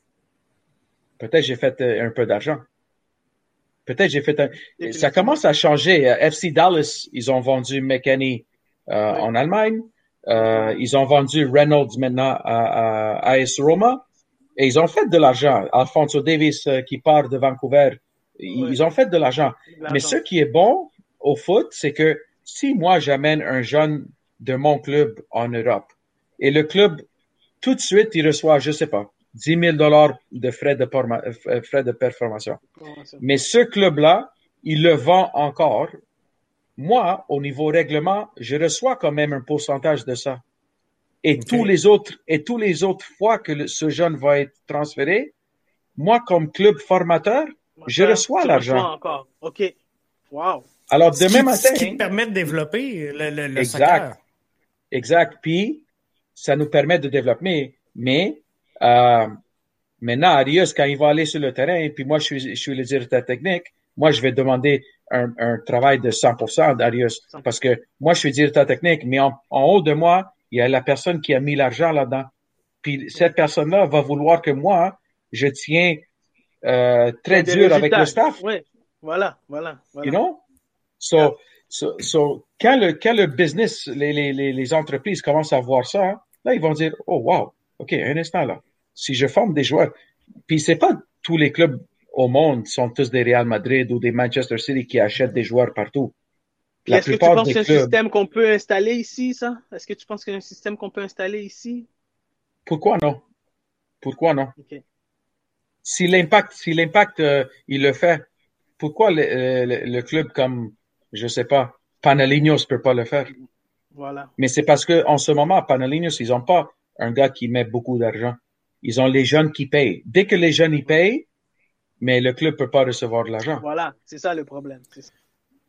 [SPEAKER 4] Peut-être j'ai fait un peu d'argent. Peut-être j'ai fait un... Ça commence à changer. F C Dallas, ils ont vendu McKinney euh, oui. en Allemagne. Euh, ils ont vendu Reynolds maintenant à, à, à A S Roma. Et ils ont fait de l'argent. Alphonso Davies euh, qui part de Vancouver, ils, oui. ils ont fait de l'argent. Mais ce qui est bon au foot, c'est que si moi j'amène un jeune de mon club en Europe et le club, tout de suite, il reçoit, je sais pas, dix mille dollars de frais de, forma, frais de performation. Mais ce club-là, il le vend encore. Moi, au niveau règlement, je reçois quand même un pourcentage de ça. Et okay. tous les autres, et tous les autres fois que le, ce jeune va être transféré, moi, comme club formateur, je reçois l'argent.
[SPEAKER 3] Encore. OK. Wow.
[SPEAKER 4] Alors, demain matin.
[SPEAKER 2] Ce qui permet de développer le, le, le
[SPEAKER 4] exact.
[SPEAKER 2] soccer.
[SPEAKER 4] Exact. Puis, ça nous permet de développer. Mais, euh, maintenant, Arius, quand il va aller sur le terrain, puis moi, je suis, je suis le directeur technique, moi, je vais demander un, un travail de cent pour cent d'Arius. Parce que moi, je suis directeur technique, mais en, en haut de moi, il y a la personne qui a mis l'argent là-dedans. Puis cette personne-là va vouloir que moi, je tiens euh, très dur résultats. Avec le staff.
[SPEAKER 3] Oui, voilà, voilà. voilà.
[SPEAKER 4] You know? So, yeah. so, so quand, le, quand le business, les, les, les entreprises commencent à voir ça, là, ils vont dire, oh, wow, OK, un instant là. Si je forme des joueurs, puis c'est pas tous les clubs au monde sont tous des Real Madrid ou des Manchester City qui achètent des joueurs partout.
[SPEAKER 3] La Est-ce que tu penses que c'est un clubs... système qu'on peut installer ici, ça? Est-ce que tu penses qu'il y a un système qu'on peut installer ici?
[SPEAKER 4] Pourquoi non? Pourquoi non?
[SPEAKER 3] Okay.
[SPEAKER 4] Si l'impact, si l'impact, euh, il le fait, pourquoi le, le, le club comme, je sais pas, Panalinos peut pas le faire?
[SPEAKER 3] Voilà.
[SPEAKER 4] Mais c'est parce que en ce moment, Panalinos, ils ont pas un gars qui met beaucoup d'argent. Ils ont les jeunes qui payent. Dès que les jeunes y payent, mais le club peut pas recevoir de l'argent.
[SPEAKER 3] Voilà, c'est ça le problème. C'est ça.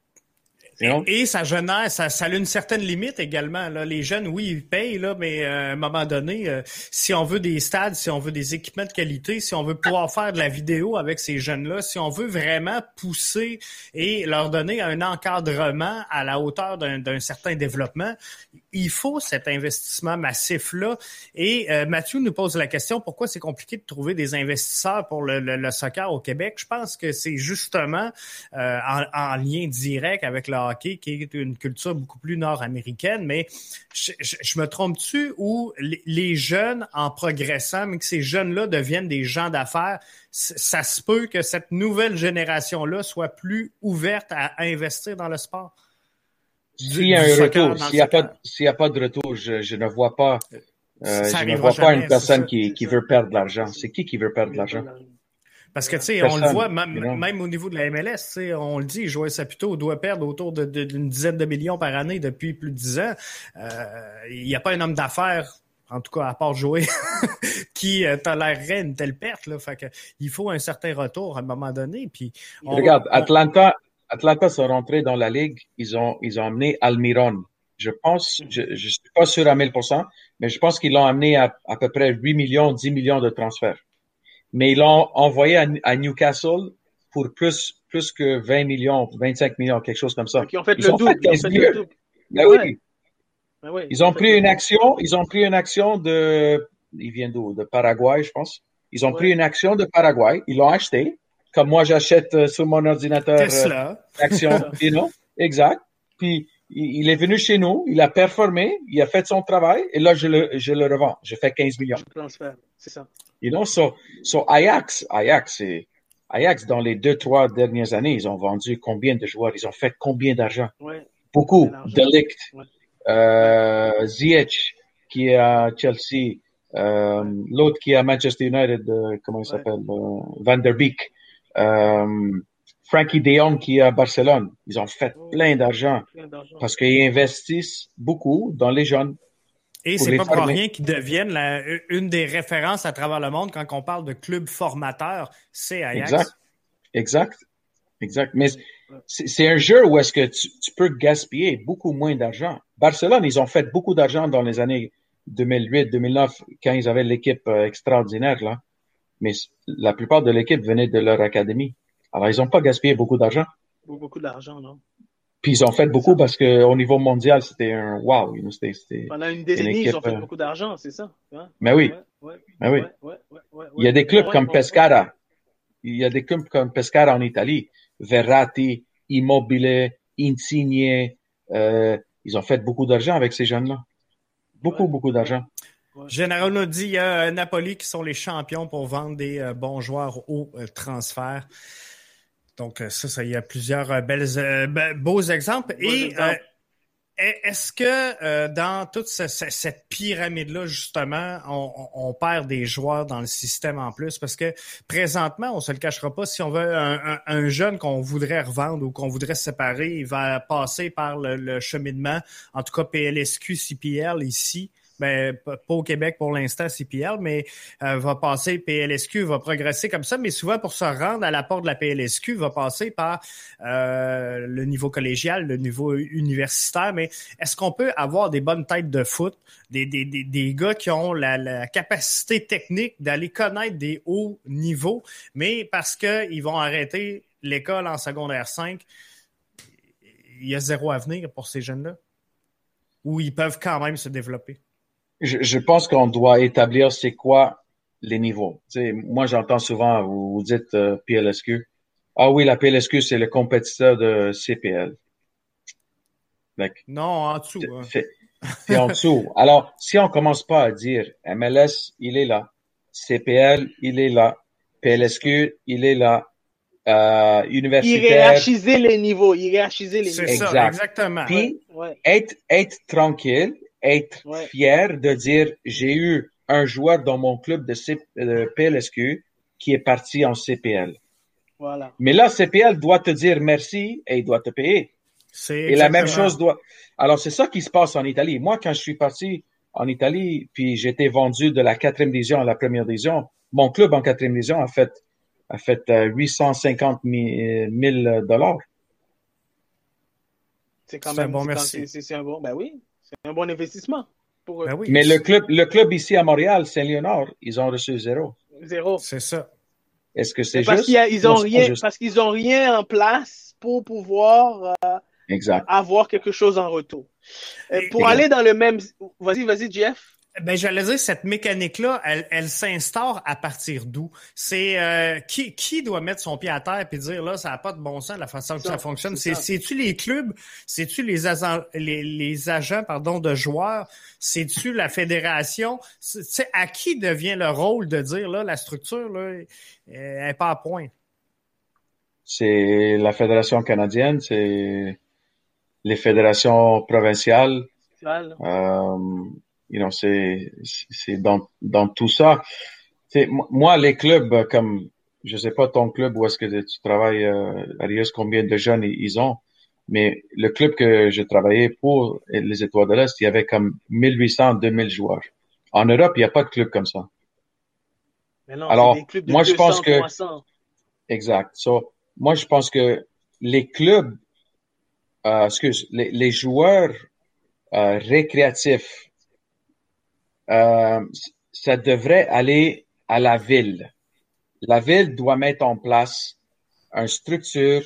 [SPEAKER 2] Et, et ça génère, ça, ça a une certaine limite également. Là. Les jeunes, oui, ils payent, là, mais euh, à un moment donné, euh, si on veut des stades, si on veut des équipements de qualité, si on veut pouvoir faire de la vidéo avec ces jeunes-là, si on veut vraiment pousser et leur donner un encadrement à la hauteur d'un, d'un certain développement, il faut cet investissement massif-là. Et euh, Mathieu nous pose la question, pourquoi c'est compliqué de trouver des investisseurs pour le, le, le soccer au Québec? Je pense que c'est justement euh, en, en lien direct avec le hockey, qui est une culture beaucoup plus nord-américaine, mais je, je, je me trompe-tu ou les jeunes, en progressant, mais que ces jeunes-là deviennent des gens d'affaires, ça se peut que cette nouvelle génération-là soit plus ouverte à investir dans le sport?
[SPEAKER 4] S'il y a un retour, s'il n'y a pas, s'il y a pas de retour, je, je ne vois pas, euh, je ne vois jamais, pas une personne qui, qui veut perdre de l'argent. C'est qui qui veut perdre de l'argent?
[SPEAKER 2] Parce que, tu sais, on le voit, même, you know. même au niveau de la M L S, tu sais, on le dit, Joël Saputo doit perdre autour de, de, d'une dizaine de millions par année depuis plus de dix ans. Il euh, n'y a pas un homme d'affaires, en tout cas, à part Joël, qui euh, tolérerait une telle perte, là. Fait que, il faut un certain retour à un moment donné. Puis, on,
[SPEAKER 4] regarde, on... Atlanta, Atlanta sont rentrés dans la ligue, ils ont, ils ont amené Almiron. Je pense, je, je suis pas sûr à mille pour cent, mais je pense qu'ils l'ont amené à, à peu près huit millions, dix millions de transferts. Mais ils l'ont envoyé à, à Newcastle pour plus, plus que vingt millions, vingt-cinq millions, quelque chose comme ça.
[SPEAKER 3] Qui ont fait
[SPEAKER 4] ils
[SPEAKER 3] le
[SPEAKER 4] ont
[SPEAKER 3] double.
[SPEAKER 4] fait quinze
[SPEAKER 3] ils ont fait le double.
[SPEAKER 4] Ben
[SPEAKER 3] ouais.
[SPEAKER 4] oui.
[SPEAKER 3] Ben oui.
[SPEAKER 4] Ils ont pris une action, ils ont pris une action de, ils viennent d'où? De Paraguay, je pense. Ils ont ouais. pris une action de Paraguay, ils l'ont acheté. Comme moi, j'achète euh, sur mon ordinateur
[SPEAKER 2] Tesla.
[SPEAKER 4] Euh, l'action, you know? Exact. Puis, il, il est venu chez nous, il a performé, il a fait son travail, et là, je le, je le revends. Je fais quinze millions.
[SPEAKER 3] Je transfère, c'est ça.
[SPEAKER 4] You know, so, so Ajax, Ajax, c'est, Ajax, dans les deux, trois dernières années, ils ont vendu combien de joueurs? Ils ont fait combien d'argent?
[SPEAKER 3] Ouais.
[SPEAKER 4] Beaucoup. De Ligt,
[SPEAKER 3] ouais.
[SPEAKER 4] euh, Ziyech, qui est à Chelsea, euh, ouais. l'autre qui est à Manchester United, euh, comment il ouais. s'appelle? Euh, Van der Beek. Euh, Frankie de Jong qui est à Barcelone. Ils ont fait oh, plein d'argent, plein d'argent parce qu'ils investissent beaucoup dans les jeunes.
[SPEAKER 2] Et c'est pas pour rien qu'ils deviennent la, une des références à travers le monde quand on parle de club formateur, c'est Ajax.
[SPEAKER 4] Exact, exact, exact. Mais c'est, c'est un jeu où est-ce que tu, tu peux gaspiller beaucoup moins d'argent. Barcelone, ils ont fait beaucoup d'argent dans les années deux mille huit, deux mille neuf, quand ils avaient l'équipe extraordinaire là. Mais la plupart de l'équipe venait de leur académie. Alors, ils n'ont pas gaspillé beaucoup d'argent.
[SPEAKER 3] Beaucoup d'argent, non?
[SPEAKER 4] Puis, ils ont fait beaucoup parce qu'au niveau mondial, c'était un wow. C'était, c'était
[SPEAKER 3] Pendant une décennie, une équipe, ils ont fait beaucoup d'argent, c'est ça? Hein?
[SPEAKER 4] Mais oui.
[SPEAKER 3] Ouais, ouais,
[SPEAKER 4] mais oui.
[SPEAKER 3] Ouais, ouais, ouais, ouais,
[SPEAKER 4] il y a des clubs
[SPEAKER 3] ouais,
[SPEAKER 4] comme
[SPEAKER 3] ouais,
[SPEAKER 4] Pescara.
[SPEAKER 3] Ouais.
[SPEAKER 4] Il y a des clubs comme Pescara en Italie. Verratti, Immobile, Insigne. Euh, ils ont fait beaucoup d'argent avec ces jeunes-là. Beaucoup, ouais. beaucoup d'argent.
[SPEAKER 2] Ouais. Général nous dit il y a Napoli qui sont les champions pour vendre des euh, bons joueurs au euh, transfert. Donc, euh, ça, ça, il y a plusieurs euh, belles, euh, be- beaux exemples. Beaux Et exemples. Euh, est-ce que euh, dans toute ce, ce, cette pyramide-là, justement, on, on perd des joueurs dans le système en plus? Parce que présentement, on se le cachera pas, si on veut un, un, un jeune qu'on voudrait revendre ou qu'on voudrait séparer, il va passer par le, le cheminement, en tout cas P L S Q, C P L ici. Ben, pas au Québec pour l'instant, C P L, mais euh, va passer P L S Q, va progresser comme ça, mais souvent pour se rendre à la porte de la P L S Q, va passer par euh, le niveau collégial, le niveau universitaire. Mais est-ce qu'on peut avoir des bonnes têtes de foot, des, des, des, des gars qui ont la, la capacité technique d'aller connaître des hauts niveaux, mais parce qu'ils vont arrêter l'école en secondaire cinq, il y a zéro avenir pour ces jeunes-là? Ou ils peuvent quand même se développer?
[SPEAKER 4] Je, je pense qu'on doit établir c'est quoi les niveaux. Tu sais, moi, j'entends souvent, vous, vous dites euh, P L S Q. Ah oui, la P L S Q, c'est le compétiteur de C P L.
[SPEAKER 2] Like, non, en dessous. Hein.
[SPEAKER 4] C'est, c'est en dessous. Alors, si on commence pas à dire M L S, il est là. C P L, il est là. P L S Q, il est là. Euh, universitaire.
[SPEAKER 3] Hiérarchiser les niveaux. Hiérarchiser les
[SPEAKER 2] c'est
[SPEAKER 3] niveaux.
[SPEAKER 2] C'est ça,
[SPEAKER 4] exact.
[SPEAKER 2] exactement.
[SPEAKER 4] Puis,
[SPEAKER 3] ouais, ouais.
[SPEAKER 4] être, être tranquille, être ouais. fier de dire j'ai eu un joueur dans mon club de, C- de P L S Q qui est parti en C P L.
[SPEAKER 3] Voilà.
[SPEAKER 4] Mais là, C P L doit te dire merci et il doit te payer.
[SPEAKER 2] C'est
[SPEAKER 4] et la même chose doit. Alors, c'est ça qui se passe en Italie. Moi, quand je suis parti en Italie, puis j'ai été vendu de la quatrième division à la première division, mon club en quatrième division a fait, a fait euh, huit cent cinquante mille dollars.
[SPEAKER 3] C'est quand
[SPEAKER 2] c'est
[SPEAKER 3] même
[SPEAKER 2] un bon
[SPEAKER 3] c'est,
[SPEAKER 2] merci.
[SPEAKER 3] C'est, c'est, c'est un bon, ben oui. C'est un bon investissement pour eux.
[SPEAKER 2] Ben oui,
[SPEAKER 4] mais le club, le club ici à Montréal, Saint-Léonard, ils ont reçu zéro.
[SPEAKER 3] Zéro.
[SPEAKER 2] C'est ça.
[SPEAKER 4] Est-ce que c'est, c'est
[SPEAKER 3] parce
[SPEAKER 4] juste?
[SPEAKER 3] Qu'il y a, ils ont rien, parce qu'ils ont rien en place pour pouvoir euh,
[SPEAKER 4] exact.
[SPEAKER 3] avoir quelque chose en retour. Euh, pour
[SPEAKER 4] exact.
[SPEAKER 3] aller dans le même, vas-y, vas-y, Jeff.
[SPEAKER 2] Ben, j'allais dire, cette mécanique-là, elle, elle s'instaure à partir d'où? C'est euh, qui, qui doit mettre son pied à terre et dire, là, ça n'a pas de bon sens la façon que ça, ça fonctionne. C'est, c'est, c'est-tu les clubs? C'est-tu les, agents, les, les agents pardon, de joueurs? C'est-tu la fédération? C'est, c'est, à qui devient le rôle de dire, là, la structure, là, elle n'est pas à point?
[SPEAKER 4] C'est la Fédération canadienne, c'est les fédérations provinciales. Euh, You know, c'est, c'est dans, dans tout ça. C'est, moi, les clubs, comme, je sais pas ton club où est-ce que tu travailles, euh, Arius, combien de jeunes ils ont, mais le club que je travaillais pour, les Étoiles de l'Est, il y avait comme mille huit cents, deux mille joueurs. En Europe, il n'y a pas de club comme ça.
[SPEAKER 3] Mais non,
[SPEAKER 4] alors,
[SPEAKER 3] c'est des clubs de
[SPEAKER 4] moi,
[SPEAKER 3] deux cents,
[SPEAKER 4] je pense que,
[SPEAKER 3] trois cents.
[SPEAKER 4] Exact. So, moi, je pense que les clubs, euh, excuse, les, les joueurs, euh, récréatifs, Euh, ça devrait aller à la ville. La ville doit mettre en place une structure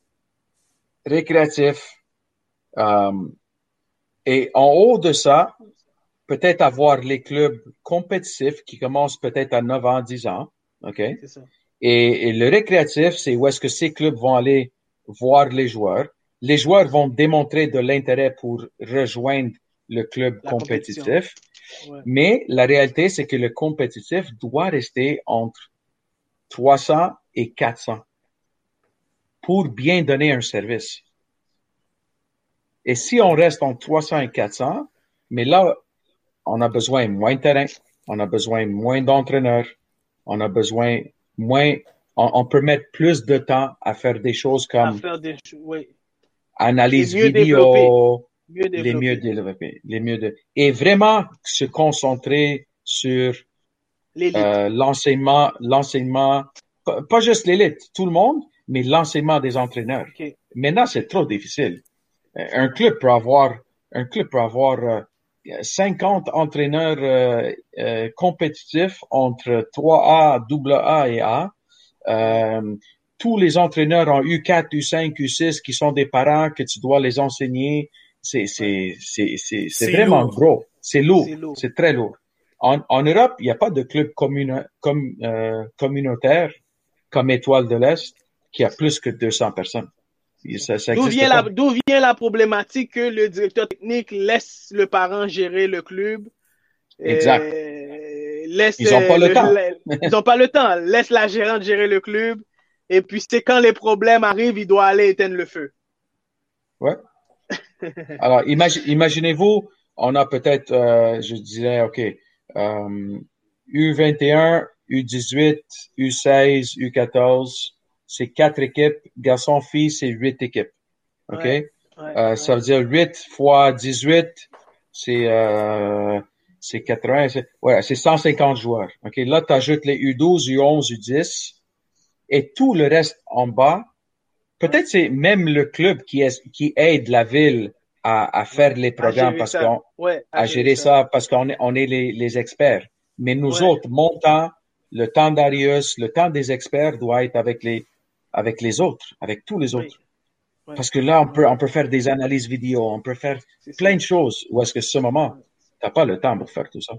[SPEAKER 4] récréative. Euh, et en haut de ça, peut-être avoir les clubs compétitifs qui commencent peut-être à neuf ans, dix ans. OK?
[SPEAKER 3] C'est ça.
[SPEAKER 4] Et, et le récréatif, c'est où est-ce que ces clubs vont aller voir les joueurs. Les joueurs vont démontrer de l'intérêt pour rejoindre le club
[SPEAKER 3] La
[SPEAKER 4] compétitif.
[SPEAKER 3] Ouais.
[SPEAKER 4] Mais la réalité, c'est que le compétitif doit rester entre trois cents et quatre cents pour bien donner un service. Et si on reste entre trois cents et quatre cents, mais là, on a besoin moins de terrain, on a besoin moins d'entraîneurs, on a besoin moins, on, on peut mettre plus de temps à faire des choses comme
[SPEAKER 3] à faire des, oui.
[SPEAKER 4] analyse
[SPEAKER 3] mieux
[SPEAKER 4] vidéo,
[SPEAKER 3] mieux
[SPEAKER 4] les mieux développés, les mieux de, et vraiment se concentrer sur euh, l'enseignement, l'enseignement, pas, pas juste l'élite, tout le monde, mais l'enseignement des entraîneurs.
[SPEAKER 3] Okay.
[SPEAKER 4] Maintenant, c'est trop difficile. Un club peut avoir, un club peut avoir euh, cinquante entraîneurs euh, euh, compétitifs entre trois A, double A et A. Euh, tous les entraîneurs en U quatre, U cinq, U six qui sont des parents que tu dois les enseigner, c'est c'est c'est c'est c'est vraiment
[SPEAKER 2] lourd.
[SPEAKER 4] gros, c'est lourd,
[SPEAKER 3] c'est lourd,
[SPEAKER 4] c'est très lourd. En en Europe, il n'y a pas de club communa, com, euh, communautaire comme Étoile de l'Est qui a plus que deux cents personnes. Ça, ça
[SPEAKER 3] d'où vient pas. la d'où vient la problématique que le directeur technique laisse le parent gérer le club.
[SPEAKER 4] Exact.
[SPEAKER 3] Euh, laisse
[SPEAKER 4] ils n'ont pas le,
[SPEAKER 3] le
[SPEAKER 4] temps.
[SPEAKER 3] La, ils n'ont pas le temps. Laisse la gérante gérer le club. Et puis, c'est quand les problèmes arrivent, il doit aller éteindre le feu.
[SPEAKER 4] Ouais. Alors, imagi- imaginez-vous, on a peut-être, euh, je dirais, OK, euh, U vingt et un, U dix-huit, U seize, U quatorze, c'est quatre équipes. Garçons, filles, c'est huit équipes. OK?
[SPEAKER 3] Ouais, ouais,
[SPEAKER 4] euh,
[SPEAKER 3] ouais.
[SPEAKER 4] Ça veut dire huit fois dix-huit, c'est... Euh, c'est quatre-vingts, c'est, ouais, c'est cent cinquante joueurs. OK, là, tu ajoutes les U douze, U onze, U dix et tout le reste en bas. Peut-être ouais. c'est même le club qui, est, qui aide la ville à, à faire ouais. les programmes parce qu'on
[SPEAKER 3] ouais,
[SPEAKER 4] à, à gérer ça, ça parce qu'on est, on est les, les experts. Mais nous ouais. autres, mon temps, le temps d'Arius, le temps des experts doit être avec les avec les autres, avec tous les autres. Ouais. Parce que là, on peut on peut faire des analyses vidéo, on peut faire plein de choses. Ou est-ce que ce moment ouais. T'as pas le temps pour faire tout ça.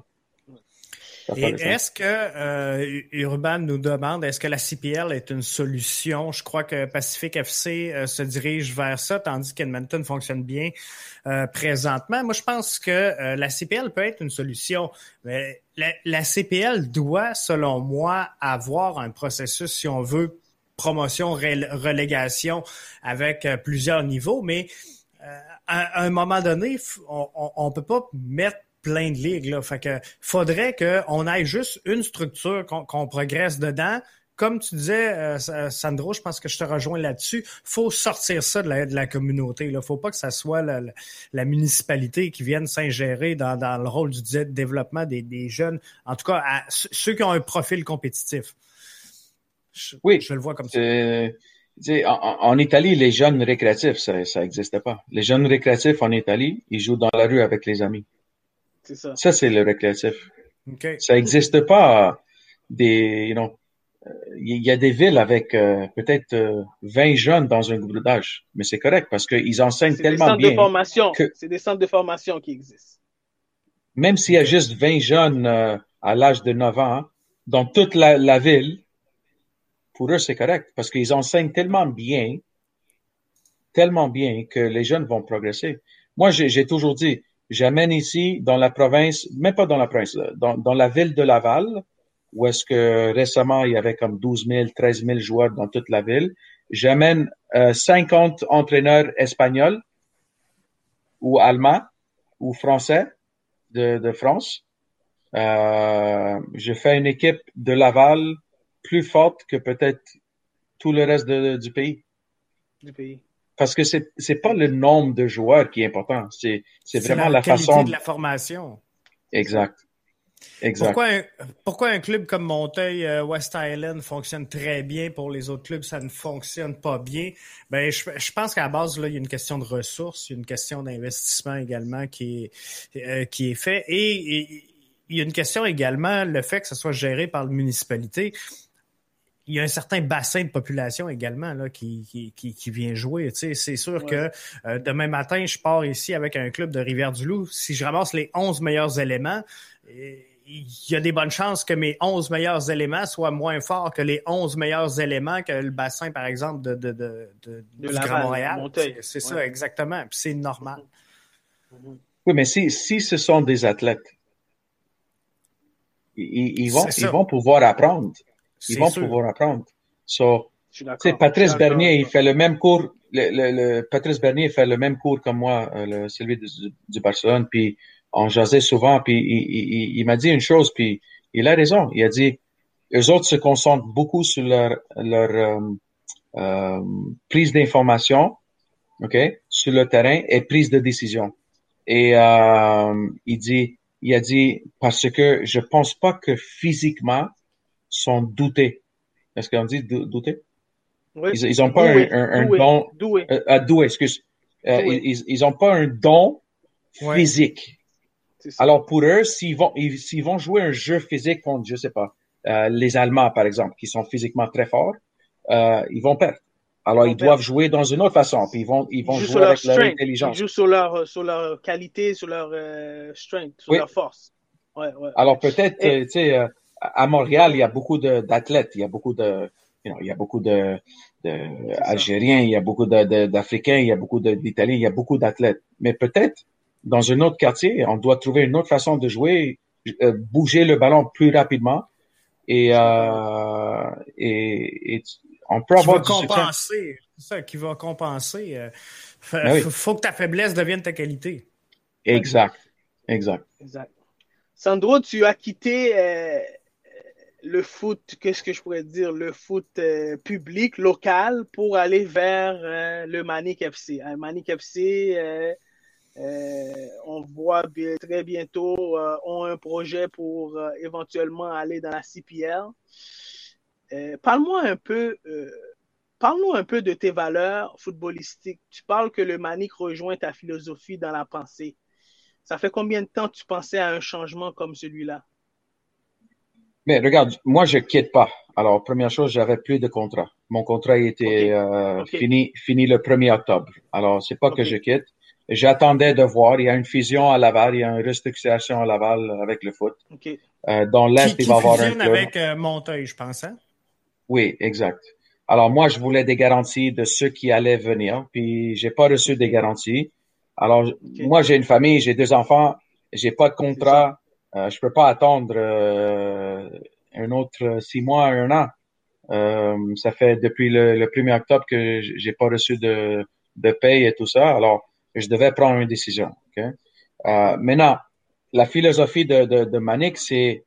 [SPEAKER 2] Et est-ce que euh, Urban nous demande, est-ce que la C P L est une solution? Je crois que Pacific F C euh, se dirige vers ça, tandis qu'Edmonton fonctionne bien euh, présentement. Moi, je pense que euh, la C P L peut être une solution, mais la, la C P L doit, selon moi, avoir un processus, si on veut, promotion, ré- relégation avec euh, plusieurs niveaux, mais euh, à, à un moment donné, on ne peut pas mettre plein de ligues, là. Fait que faudrait qu'on ait juste une structure, qu'on, qu'on progresse dedans. Comme tu disais, euh, Sandro, je pense que je te rejoins là-dessus. Faut sortir ça de la, de la communauté, là. Faut pas que ça soit la, la, la municipalité qui vienne s'ingérer dans, dans le rôle du développement des, des jeunes. En tout cas, à, ceux qui ont un profil compétitif. Je,
[SPEAKER 4] oui.
[SPEAKER 2] Je le vois comme ça.
[SPEAKER 4] Euh... En, en Italie, les jeunes récréatifs, ça, ça existait pas. Les jeunes récréatifs en Italie, ils jouent dans la rue avec les amis.
[SPEAKER 3] C'est ça.
[SPEAKER 4] Ça, c'est le récréatif.
[SPEAKER 2] Okay.
[SPEAKER 4] Ça n'existe pas des, you know, il euh, y a des villes avec euh, peut-être euh, vingt jeunes dans un groupe d'âge, mais c'est correct parce qu'ils enseignent
[SPEAKER 3] c'est
[SPEAKER 4] tellement
[SPEAKER 3] des
[SPEAKER 4] bien.
[SPEAKER 3] De formation.
[SPEAKER 4] Que
[SPEAKER 3] c'est des centres de formation qui existent.
[SPEAKER 4] Même s'il y a juste vingt jeunes euh, à l'âge de neuf ans dans toute la, la ville, pour eux, c'est correct parce qu'ils enseignent tellement bien, tellement bien que les jeunes vont progresser. Moi, j'ai, j'ai toujours dit, j'amène ici dans la province, même pas dans la province, dans, dans la ville de Laval, où est-ce que récemment il y avait comme douze mille, treize mille joueurs dans toute la ville. J'amène euh, cinquante entraîneurs espagnols ou allemands ou français de, de France. Euh, je fais une équipe de Laval plus forte que peut-être tout le reste de, du pays.
[SPEAKER 3] Du pays.
[SPEAKER 4] Parce que c'est c'est pas le nombre de joueurs qui est important, c'est c'est, c'est vraiment la, la
[SPEAKER 2] qualité
[SPEAKER 4] façon
[SPEAKER 2] de la formation.
[SPEAKER 4] Exact. Exact.
[SPEAKER 2] Pourquoi un, pourquoi un club comme Monteuil euh, West Island fonctionne très bien, pour les autres clubs ça ne fonctionne pas bien? Ben je, je pense qu'à la base là il y a une question de ressources, il y a une question d'investissement également qui est euh, qui est fait et, et il y a une question également le fait que ça soit géré par la municipalité. il y a un certain bassin de population également là, qui, qui, qui, qui vient jouer. Tu sais, c'est sûr ouais. que euh, demain matin, je pars ici avec un club de Rivière-du-Loup. Si je ramasse les onze meilleurs éléments, il y a des bonnes chances que mes onze meilleurs éléments soient moins forts que les onze meilleurs éléments que le bassin, par exemple, de, de, de, de, de du Laval, Grand Montréal. C'est, c'est ouais. ça, exactement. Puis c'est normal.
[SPEAKER 4] Oui, mais si, si ce sont des athlètes, ils, ils, vont, ils vont pouvoir apprendre. Ils c'est vont sûr. pouvoir apprendre. So, tu sais, Patrice Bernier, il fait le même cours. Le, le, le, Patrice Bernier fait le même cours comme moi, le, celui du, du Barcelone. Puis on jasait souvent. Puis il, il, il m'a dit une chose. Puis il a raison. Il a dit, eux autres se concentrent beaucoup sur leur, leur euh, euh, prise d'information, ok, sur le terrain et prise de décision. Et euh, il dit, il a dit parce que je pense pas que physiquement sont doutés. Est-ce qu'on dit douter? Oui. Ils, ils ont pas doué, un, un, un doué, don, doué. Euh, euh, doué, excuse. Euh, doué. Ils, ils ont pas un don ouais. physique. Alors pour eux, s'ils vont, ils, s'ils vont jouer un jeu physique contre, je sais pas, euh, les Allemands par exemple, qui sont physiquement très forts, euh, ils vont perdre. Alors ils, ils doivent perdre. jouer dans une autre façon, puis ils vont, ils vont ils jouer avec leur, leur intelligence.
[SPEAKER 3] Ils jouent sur leur, sur leur qualité, sur leur euh, strength, sur oui. leur force. Ouais, ouais.
[SPEAKER 4] Alors peut-être, Et... tu sais. Euh, à Montréal, il y a beaucoup de, d'athlètes, il y a beaucoup de, you know, il y a beaucoup de, de Algériens, il y a beaucoup de, de, d'Africains, il y a beaucoup de, d'Italiens, il y a beaucoup d'athlètes. Mais peut-être, dans un autre quartier, on doit trouver une autre façon de jouer, euh, bouger le ballon plus rapidement et, euh, et, et on peut avoir
[SPEAKER 2] du compenser, c'est ça, qui va compenser. Euh, faut,
[SPEAKER 4] oui.
[SPEAKER 2] faut que ta faiblesse devienne ta qualité.
[SPEAKER 4] Exact, exact.
[SPEAKER 3] Exact. Sandro, tu as quitté euh, le foot, qu'est-ce que je pourrais dire, le foot euh, public, local, pour aller vers euh, le Manic F C. Un Manic F C, euh, euh, on voit bien, très bientôt, euh, ont un projet pour euh, éventuellement aller dans la C P L. Euh, parle-moi un peu, euh, parle-nous un peu de tes valeurs footballistiques. Tu parles que le Manic rejoint ta philosophie dans la pensée. Ça fait combien de temps tu pensais à un changement comme celui-là?
[SPEAKER 4] Mais regarde, moi, je quitte pas. Alors, première chose, j'avais plus de contrat. Mon contrat était okay. Euh, okay. fini, fini le premier octobre. Alors, c'est pas okay. que je quitte. J'attendais de voir. Il y a une fusion à Laval. Il y a une restructuration à Laval avec le foot.
[SPEAKER 3] Okay.
[SPEAKER 4] Euh, dans l'Est,
[SPEAKER 2] qui,
[SPEAKER 4] il va y avoir un
[SPEAKER 2] club. avec euh, Montreuil, je pense, hein?
[SPEAKER 4] Oui, exact. Alors, moi, je voulais des garanties de ceux qui allaient venir. Puis, j'ai pas reçu des garanties. Alors, moi, j'ai une famille, j'ai deux enfants. J'ai pas de contrat. Euh, je peux pas attendre euh, un autre six mois, un an. Euh, ça fait depuis le, le premier octobre que j'ai pas reçu de, de paye et tout ça. Alors, je devais prendre une décision. Okay? Euh, maintenant, la philosophie de, de, de Manic, c'est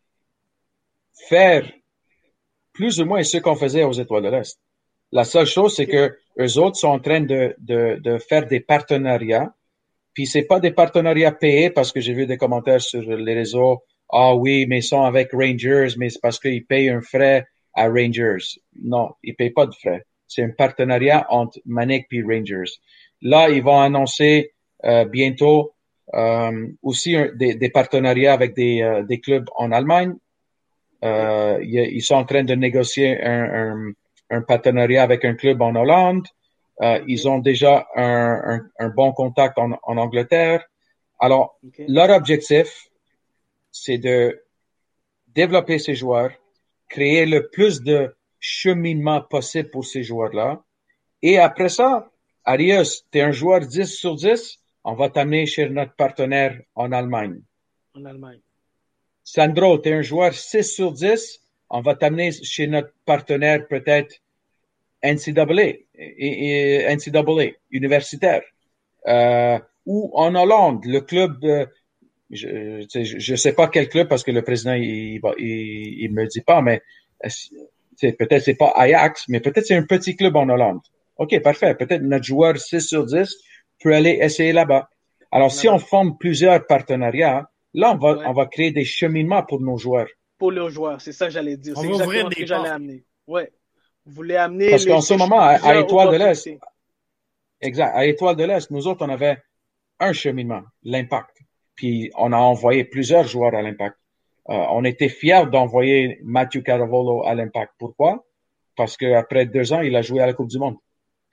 [SPEAKER 4] faire plus ou moins ce qu'on faisait aux Étoiles de l'Est. La seule chose, c'est que eux autres sont en train de, de, de faire des partenariats. Puis c'est pas des partenariats payés parce que j'ai vu des commentaires sur les réseaux. Ah oui, mais ils sont avec Rangers, mais c'est parce qu'ils payent un frais à Rangers. Non, ils payent pas de frais. C'est un partenariat entre Manic et Rangers. Là, ils vont annoncer euh, bientôt euh, aussi un, des, des partenariats avec des, euh, des clubs en Allemagne. Euh, ils sont en train de négocier un, un, un partenariat avec un club en Hollande. Euh, ils ont déjà un, un, un bon contact en, en Angleterre. Alors, okay. leur objectif, c'est de développer ces joueurs, créer le plus de cheminement possible pour ces joueurs-là. Et après ça, Arias, t'es un joueur dix sur dix, on va t'amener chez notre partenaire en Allemagne.
[SPEAKER 3] En Allemagne.
[SPEAKER 4] Sandro, t'es un joueur six sur dix, on va t'amener chez notre partenaire peut-être N C A A, et, et, N C A A, universitaire. Euh, ou en Hollande, le club, euh, je, je, je sais pas quel club parce que le président, il, il, il me dit pas, mais c'est, peut-être c'est pas Ajax, mais peut-être c'est un petit club en Hollande. OK, parfait. Peut-être notre joueur six sur dix peut aller essayer là-bas. Alors, là-bas. Si on forme plusieurs partenariats, là, on va, ouais. on va créer des cheminements pour nos joueurs.
[SPEAKER 3] Pour nos joueurs, c'est ça que j'allais dire.
[SPEAKER 2] On
[SPEAKER 3] c'est
[SPEAKER 2] va
[SPEAKER 3] exactement
[SPEAKER 2] ouvrir
[SPEAKER 3] ce
[SPEAKER 2] des
[SPEAKER 3] que j'allais
[SPEAKER 2] portes.
[SPEAKER 3] amener. Ouais. Vous voulez amener.
[SPEAKER 4] Parce qu'en ce moment, à, à Étoile de l'Est,
[SPEAKER 3] possibilités.
[SPEAKER 4] exact, à Étoile de l'Est, nous autres, on avait un cheminement, l'Impact. Puis, on a envoyé plusieurs joueurs à l'Impact. Euh, on était fiers d'envoyer Matthew Caravolo à l'Impact. Pourquoi? parce qu'après deux ans, il a joué à la Coupe du Monde.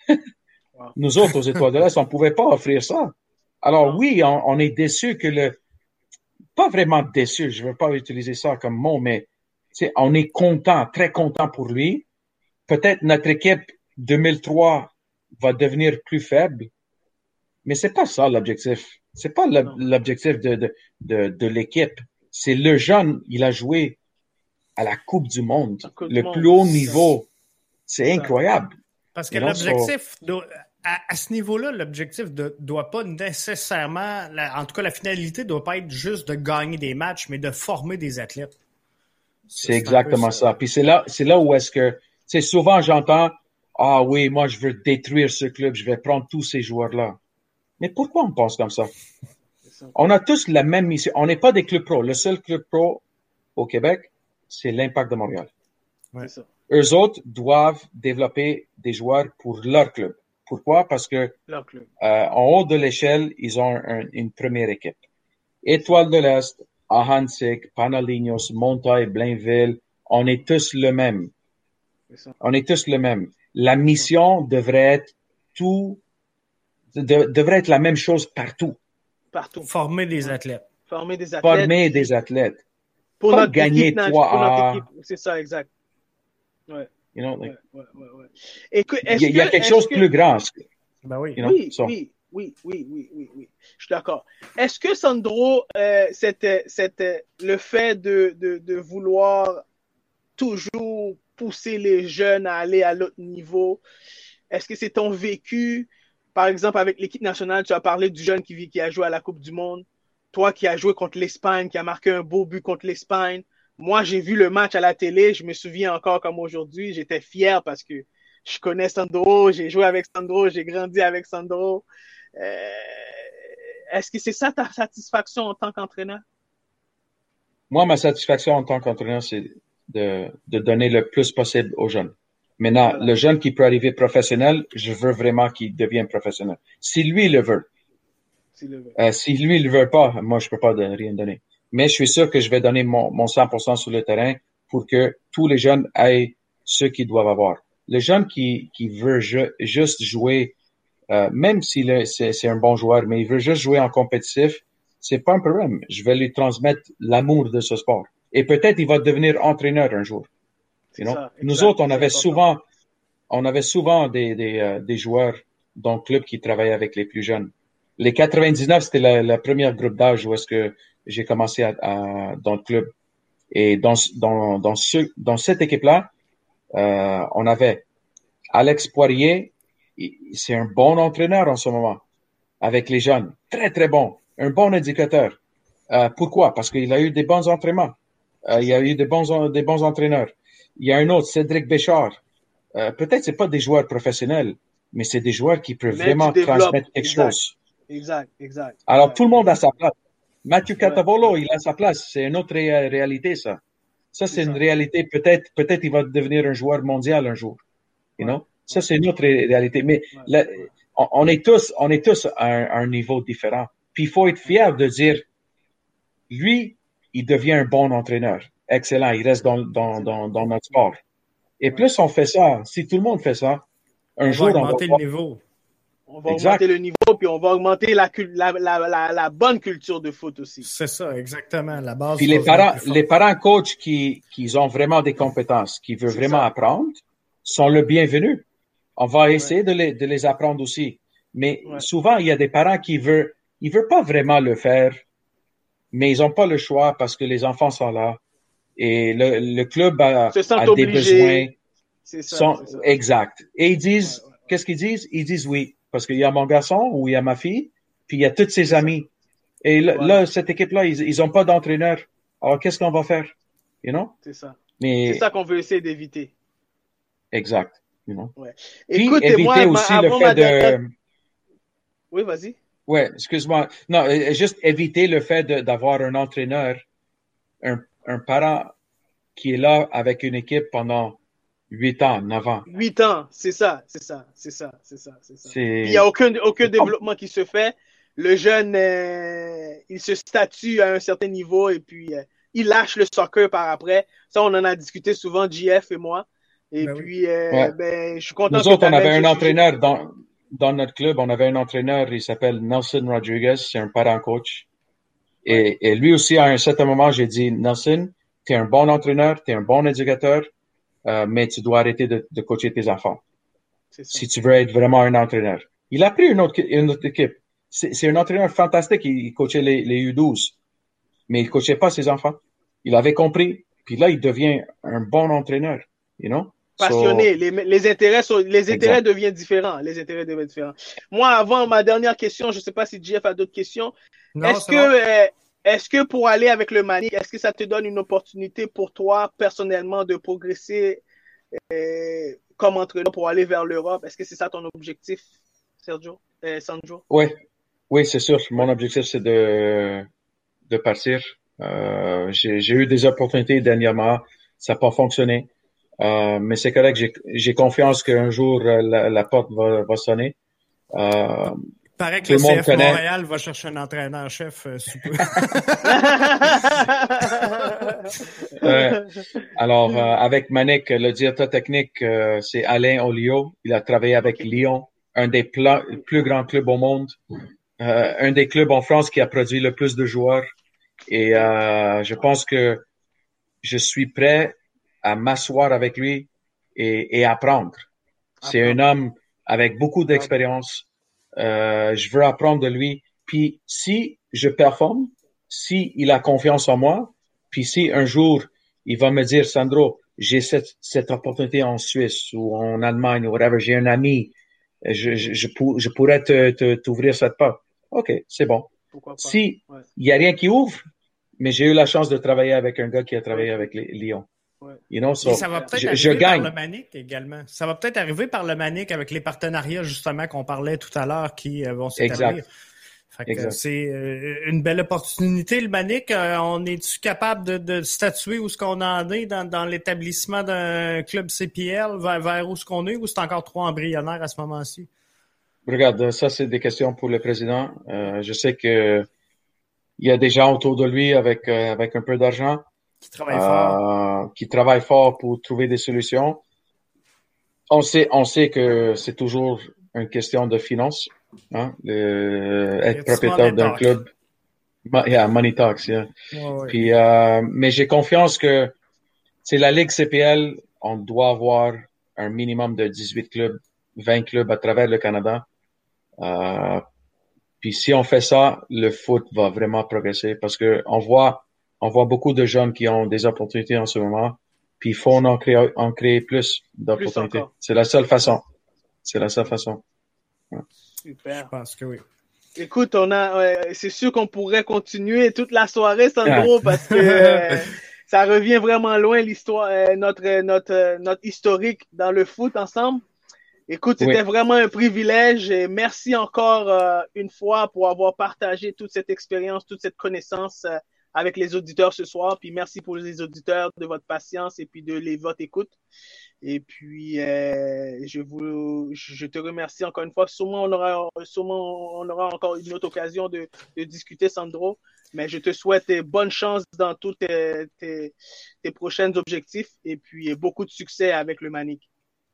[SPEAKER 4] Wow. Nous autres, aux Étoiles de l'Est, on ne pouvait pas offrir ça. Alors oui, on, on est déçus que le... Pas vraiment déçus, je ne veux pas utiliser ça comme mot, mais on est content, très content pour lui. Peut-être notre équipe deux mille trois va devenir plus faible, mais c'est pas ça l'objectif. C'est pas l'objectif de, de, de, de l'équipe. C'est le jeune, il a joué à la Coupe du Monde, coupe le du plus monde. haut niveau. C'est, c'est incroyable.
[SPEAKER 2] Parce que l'objectif, so... à, à ce niveau-là, l'objectif ne doit pas nécessairement, la, en tout cas la finalité ne doit pas être juste de gagner des matchs, mais de former des athlètes.
[SPEAKER 4] C'est, c'est exactement ça. ça. Puis c'est là, c'est là où est-ce que, tu sais, souvent j'entends, ah oui, moi je veux détruire ce club, je vais prendre tous ces joueurs-là. Mais pourquoi on pense comme ça? On a tous la même mission. On n'est pas des clubs pro. Le seul club pro au Québec, c'est l'Impact de Montréal.
[SPEAKER 2] Ouais.
[SPEAKER 4] Eux autres doivent développer des joueurs pour leur club. Pourquoi? Parce que
[SPEAKER 3] leur club.
[SPEAKER 4] Euh, en haut de l'échelle, ils ont un, une première équipe. Étoile de l'Est, Ahansik, Panalinos, Montaille, Blainville, on est tous le même. On est tous le même. La mission devrait être tout, de, devrait être la même chose partout.
[SPEAKER 3] Partout.
[SPEAKER 2] Former des athlètes.
[SPEAKER 3] Former des athlètes.
[SPEAKER 4] Former des athlètes.
[SPEAKER 3] Pour
[SPEAKER 4] pas
[SPEAKER 3] notre
[SPEAKER 4] gagner
[SPEAKER 3] équipe,
[SPEAKER 4] trois
[SPEAKER 3] pour notre
[SPEAKER 4] à...
[SPEAKER 3] équipe. C'est ça, exact. Ouais.
[SPEAKER 4] You know, like...
[SPEAKER 3] ouais, ouais, ouais, ouais. Et que,
[SPEAKER 4] il, y a, il y a quelque chose de
[SPEAKER 3] que...
[SPEAKER 4] plus grand.
[SPEAKER 2] Ben oui.
[SPEAKER 3] You know, oui, so. oui, oui, oui, oui, oui, oui. Je suis d'accord. Est-ce que Sandro, euh, c'était, c'était le fait de, de, de vouloir toujours pousser les jeunes à aller à l'autre niveau, est-ce que c'est ton vécu? Par exemple, avec l'équipe nationale, tu as parlé du jeune qui, qui a joué à la Coupe du Monde. Toi qui as joué contre l'Espagne, qui a marqué un beau but contre l'Espagne. Moi, j'ai vu le match à la télé. Je me souviens encore comme aujourd'hui. J'étais fier parce que je connais Sandro. J'ai joué avec Sandro. J'ai grandi avec Sandro. Euh, est-ce que c'est ça ta satisfaction en tant qu'entraîneur?
[SPEAKER 4] Moi, ma satisfaction en tant qu'entraîneur, c'est de, de donner le plus possible aux jeunes. Maintenant, voilà. Le jeune qui peut arriver professionnel, je veux vraiment qu'il devienne professionnel. Si lui le veut.
[SPEAKER 3] Si, le veut.
[SPEAKER 4] Euh, si lui le veut pas, moi, je peux pas de, rien donner. Mais je suis sûr que je vais donner mon, mon cent pour cent sur le terrain pour que tous les jeunes aient ce qu'ils doivent avoir. Le jeune qui, qui veut ju- juste jouer, euh, même si c'est, c'est un bon joueur, mais il veut juste jouer en compétitif, c'est pas un problème. Je vais lui transmettre l'amour de ce sport. Et peut-être il va devenir entraîneur un jour. You know? Ça, Nous autres, on avait souvent, on avait souvent des, des, euh, des joueurs dans le club qui travaillaient avec les plus jeunes. Les quatre-vingt-dix-neuf, c'était la, la première groupe d'âge où est-ce que j'ai commencé à, à, dans le club. Et dans, dans, dans, ce, dans cette équipe-là, euh, on avait Alex Poirier, c'est un bon entraîneur en ce moment, avec les jeunes. Très, très bon. Un bon éducateur. Euh, pourquoi? Parce qu'il a eu des bons entraînements. Euh, il y a eu des bons, des bons entraîneurs. Il y a un autre, Cédric Béchard. Euh, peut-être c'est pas des joueurs professionnels, mais c'est des joueurs qui peuvent mais vraiment transmettre quelque
[SPEAKER 3] exact.
[SPEAKER 4] chose.
[SPEAKER 3] Exact, exact.
[SPEAKER 4] Alors,
[SPEAKER 3] exact.
[SPEAKER 4] tout le monde a sa place. Mathieu Catavolo, ouais. il a sa place. C'est une autre ré- réalité, ça. Ça, c'est, c'est une ça. réalité. Peut-être, peut-être il va devenir un joueur mondial un jour. You know? Ouais. Ça, c'est une autre ré- réalité. Mais ouais. la, on, on est tous, on est tous à un, à un niveau différent. Puis, il faut être fier de dire, lui, il devient un bon entraîneur. Excellent. Il reste dans, dans, dans, dans notre sport. Et ouais. plus on fait ça, si tout le monde fait ça, un
[SPEAKER 2] on
[SPEAKER 4] jour,
[SPEAKER 2] va augmenter
[SPEAKER 4] on va
[SPEAKER 2] le niveau.
[SPEAKER 3] On va exact. augmenter le niveau, puis on va augmenter la, la, la, la, la bonne culture de foot aussi.
[SPEAKER 2] C'est ça, exactement. La base.
[SPEAKER 4] Puis les parents, les parents coachs qui, qui ont vraiment des compétences, qui veulent C'est vraiment ça. apprendre, sont le bienvenu. On va essayer ouais. de, les, de les apprendre aussi. Mais ouais. souvent, il y a des parents qui veulent, ils veulent pas vraiment le faire, mais ils n'ont pas le choix parce que les enfants sont là. Et le, le club a, a des besoins.
[SPEAKER 3] C'est ça,
[SPEAKER 4] sont,
[SPEAKER 3] c'est ça.
[SPEAKER 4] Exact. Et ils disent, ouais, ouais, ouais. qu'est-ce qu'ils disent? Ils disent oui. Parce qu'il y a mon garçon ou il y a ma fille, puis il y a tous ses amis. Et là, ouais. là cette équipe-là, ils, ils ont pas d'entraîneur. Alors, qu'est-ce qu'on va faire? You know?
[SPEAKER 3] C'est ça.
[SPEAKER 4] Mais...
[SPEAKER 3] C'est ça qu'on veut essayer d'éviter.
[SPEAKER 4] Exact. You know?
[SPEAKER 3] Ouais.
[SPEAKER 4] Puis, éviter moi, aussi ma, le fait
[SPEAKER 3] dernière...
[SPEAKER 4] de...
[SPEAKER 3] Oui, vas-y.
[SPEAKER 4] Ouais, excuse-moi. Non, juste éviter le fait de, d'avoir un entraîneur, un, un parent qui est là avec une équipe pendant huit ans, neuf ans.
[SPEAKER 3] Huit ans, c'est ça, c'est ça, c'est ça, c'est ça, c'est ça.
[SPEAKER 4] C'est...
[SPEAKER 3] Il n'y a aucun, aucun développement qui se fait. Le jeune, euh, il se statue à un certain niveau et puis euh, il lâche le soccer par après. Ça, on en a discuté souvent, J F et moi. Et
[SPEAKER 2] ben
[SPEAKER 3] puis,
[SPEAKER 2] oui.
[SPEAKER 3] euh,
[SPEAKER 4] Ouais.
[SPEAKER 3] ben, je suis content
[SPEAKER 4] Nous
[SPEAKER 3] que
[SPEAKER 4] autres, on
[SPEAKER 3] t'amènes
[SPEAKER 4] avait un
[SPEAKER 3] ce
[SPEAKER 4] entraîneur
[SPEAKER 3] sujet.
[SPEAKER 4] dans, dans notre club. On avait un entraîneur, il s'appelle Nelson Rodriguez. C'est un parent coach.
[SPEAKER 3] Ouais.
[SPEAKER 4] Et, et lui aussi, à un certain moment, j'ai dit, Nelson, tu es un bon entraîneur, tu es un bon éducateur, euh, mais tu dois arrêter de, de coacher tes enfants
[SPEAKER 3] C'est ça.
[SPEAKER 4] si tu veux être vraiment un entraîneur. Il a pris une autre, une autre équipe. C'est, c'est un entraîneur fantastique. Il, il coachait les, les U douze, mais il coachait pas ses enfants. Il avait compris. Puis là, il devient un bon entraîneur, you know?
[SPEAKER 3] Passionné.
[SPEAKER 4] So,
[SPEAKER 3] les, les intérêts, sont, les intérêts
[SPEAKER 4] exact.
[SPEAKER 3] deviennent différents. Les intérêts deviennent différents. Moi, avant ma dernière question, je ne sais pas si Jeff a d'autres questions.
[SPEAKER 2] Non,
[SPEAKER 3] Est-ce
[SPEAKER 2] c'est
[SPEAKER 3] que,
[SPEAKER 2] bon.
[SPEAKER 3] euh, est-ce que pour aller avec le Manic, est-ce que ça te donne une opportunité pour toi, personnellement, de progresser euh, comme entraîneur pour aller vers l'Europe? Est-ce que c'est ça ton objectif, Sergio? Euh, Sandro?
[SPEAKER 4] Oui, oui, c'est sûr. Mon
[SPEAKER 3] Ouais.
[SPEAKER 4] objectif, c'est de, de partir. Euh, j'ai, j'ai eu des opportunités dernièrement. Ça n'a pas fonctionné. Euh, mais c'est correct. J'ai, j'ai confiance qu'un jour, euh, la, la porte va, va sonner. Euh,
[SPEAKER 2] Il paraît que
[SPEAKER 4] tout
[SPEAKER 2] le
[SPEAKER 4] le monde
[SPEAKER 2] C F
[SPEAKER 4] connaît.
[SPEAKER 2] Montréal va chercher un entraîneur-chef euh, sous peu.
[SPEAKER 4] Euh, alors, euh, avec Manic, le directeur technique, euh, c'est Alain Olio. Il a travaillé avec
[SPEAKER 3] Ok.
[SPEAKER 4] Lyon, un des pla- plus grands clubs au monde, euh, un des clubs en France qui a produit le plus de joueurs. Et euh, je pense que je suis prêt à m'asseoir avec lui et, et apprendre. C'est un
[SPEAKER 3] Apprendre.
[SPEAKER 4] homme avec beaucoup
[SPEAKER 3] Bravo.
[SPEAKER 4] d'expérience. Euh, je veux apprendre de lui. Puis si je performe, si il a confiance en moi, puis si un jour il va me dire, Sandro, j'ai cette, cette opportunité en Suisse ou en Allemagne ou whatever, j'ai un ami, je, je, je, pour, je pourrais te, te, t'ouvrir cette porte. OK, c'est bon.
[SPEAKER 3] Pourquoi pas?
[SPEAKER 4] Si
[SPEAKER 3] Ouais.
[SPEAKER 4] il y a rien qui ouvre, mais j'ai eu la chance de travailler avec un gars qui a travaillé
[SPEAKER 3] Ouais.
[SPEAKER 4] avec les, Lyon.
[SPEAKER 3] Ouais.
[SPEAKER 4] You know,
[SPEAKER 2] Et
[SPEAKER 4] so,
[SPEAKER 2] ça va peut-être
[SPEAKER 4] je,
[SPEAKER 2] arriver
[SPEAKER 4] je
[SPEAKER 2] par
[SPEAKER 4] gagne.
[SPEAKER 2] le Manic également. Ça va peut-être arriver par le Manic avec les partenariats justement qu'on parlait tout à l'heure qui euh, vont s'établir.
[SPEAKER 4] Exact.
[SPEAKER 2] Fait que
[SPEAKER 4] Exact.
[SPEAKER 2] c'est euh, une belle opportunité, le Manic. Euh, on est-tu capable de, de statuer où est-ce qu'on en est dans, dans l'établissement d'un club C P L, vers, vers où est-ce qu'on est, ou c'est encore trop embryonnaire à ce moment-ci?
[SPEAKER 4] Regarde, ça, c'est des questions pour le président. Euh, je sais que il y a des gens autour de lui avec, euh, avec un peu d'argent,
[SPEAKER 2] Qui travaille fort.
[SPEAKER 4] euh, qui travaillent fort pour trouver des solutions. On sait, on sait que c'est toujours une question de finances, hein, le, être
[SPEAKER 2] It's
[SPEAKER 4] propriétaire
[SPEAKER 2] money
[SPEAKER 4] d'un
[SPEAKER 2] talk.
[SPEAKER 4] club. Mo- Yeah, money talks, yeah.
[SPEAKER 2] Ouais, ouais.
[SPEAKER 4] Puis, euh, mais j'ai confiance que c'est la Ligue C P L, on doit avoir un minimum de dix-huit clubs, vingt clubs à travers le Canada. Euh, puis si on fait ça, le foot va vraiment progresser parce que on voit, on voit beaucoup de jeunes qui ont des opportunités en ce moment. Puis il faut en créer, en créer plus
[SPEAKER 3] Plus
[SPEAKER 4] d'opportunités.
[SPEAKER 3] encore.
[SPEAKER 4] C'est la seule façon. C'est la seule façon.
[SPEAKER 2] Je
[SPEAKER 3] Super.
[SPEAKER 2] pense que oui.
[SPEAKER 3] Écoute, on a, ouais, c'est sûr qu'on pourrait continuer toute la soirée, Sandro, parce que euh, ça revient vraiment loin l'histoire, euh, notre notre euh, notre historique dans le foot ensemble. Écoute, c'était
[SPEAKER 4] Oui.
[SPEAKER 3] vraiment un privilège et merci encore euh, une fois pour avoir partagé toute cette expérience, toute cette connaissance euh, avec les auditeurs ce soir. Puis merci pour les auditeurs de votre patience et puis de les, votre écoute. Et puis, euh, je vous, je te remercie encore une fois. Sûrement, on aura, sûrement, on aura encore une autre occasion de, de discuter, Sandro. Mais je te souhaite bonne chance dans tous tes, tes, tes prochains objectifs et puis beaucoup de succès avec le Manic.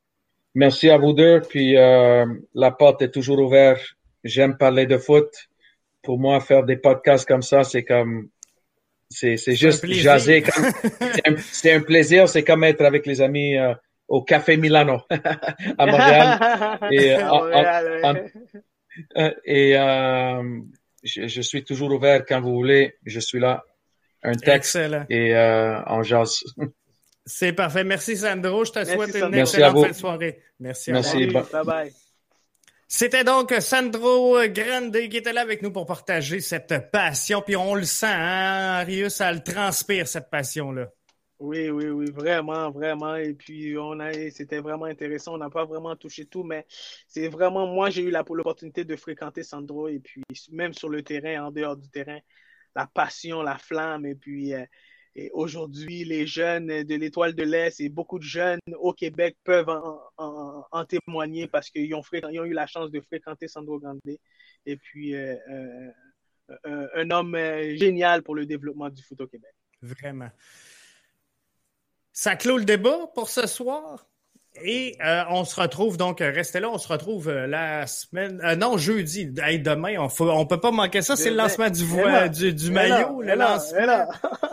[SPEAKER 4] Merci à vous deux. Puis euh, la porte est toujours ouverte. J'aime parler de foot. Pour moi, faire des podcasts comme ça, c'est comme, c'est, c'est juste jaser. Comme, c'est, un, c'est un plaisir. C'est comme être avec les amis euh, au Café Milano à Montréal. Et,
[SPEAKER 3] à Montréal,
[SPEAKER 4] en, en, en, et euh, je, je suis toujours ouvert quand vous voulez. Je suis là. Un texte.
[SPEAKER 2] Excellent.
[SPEAKER 4] Et euh, on jase.
[SPEAKER 2] C'est parfait. Merci, Sandro. Je te
[SPEAKER 3] Merci,
[SPEAKER 2] souhaite
[SPEAKER 3] Sandro.
[SPEAKER 2] une
[SPEAKER 4] Merci
[SPEAKER 2] excellente
[SPEAKER 4] à vous.
[SPEAKER 2] fin de soirée. Merci.
[SPEAKER 4] Merci.
[SPEAKER 3] Bye bye.
[SPEAKER 2] C'était donc Sandro Grande qui était là avec nous pour partager cette passion. Puis on le sent, hein, Arius, ça le transpire, cette passion-là.
[SPEAKER 3] Oui, oui, oui, vraiment, vraiment. Et puis, on a, c'était vraiment intéressant. On n'a pas vraiment touché tout, mais c'est vraiment, moi, j'ai eu la, l'opportunité de fréquenter Sandro et puis, même sur le terrain, en dehors du terrain, la passion, la flamme. Et puis, euh, et aujourd'hui, les jeunes de l'Étoile de l'Est et beaucoup de jeunes au Québec peuvent en, en, en témoigner parce qu'ils ont, fré- ils ont eu la chance de fréquenter Sandro Grande. Et puis, euh, euh, un, un homme génial pour le développement du foot au Québec.
[SPEAKER 2] Vraiment. Ça clôt le débat pour ce soir. Et euh, on se retrouve, donc, restez là, on se retrouve euh, la semaine... Euh, non, jeudi. Hey, demain, on faut, on peut pas manquer ça, c'est le lancement du, vo- du, du maillot.
[SPEAKER 3] Là,
[SPEAKER 2] le
[SPEAKER 3] là,
[SPEAKER 2] lancement,
[SPEAKER 3] là.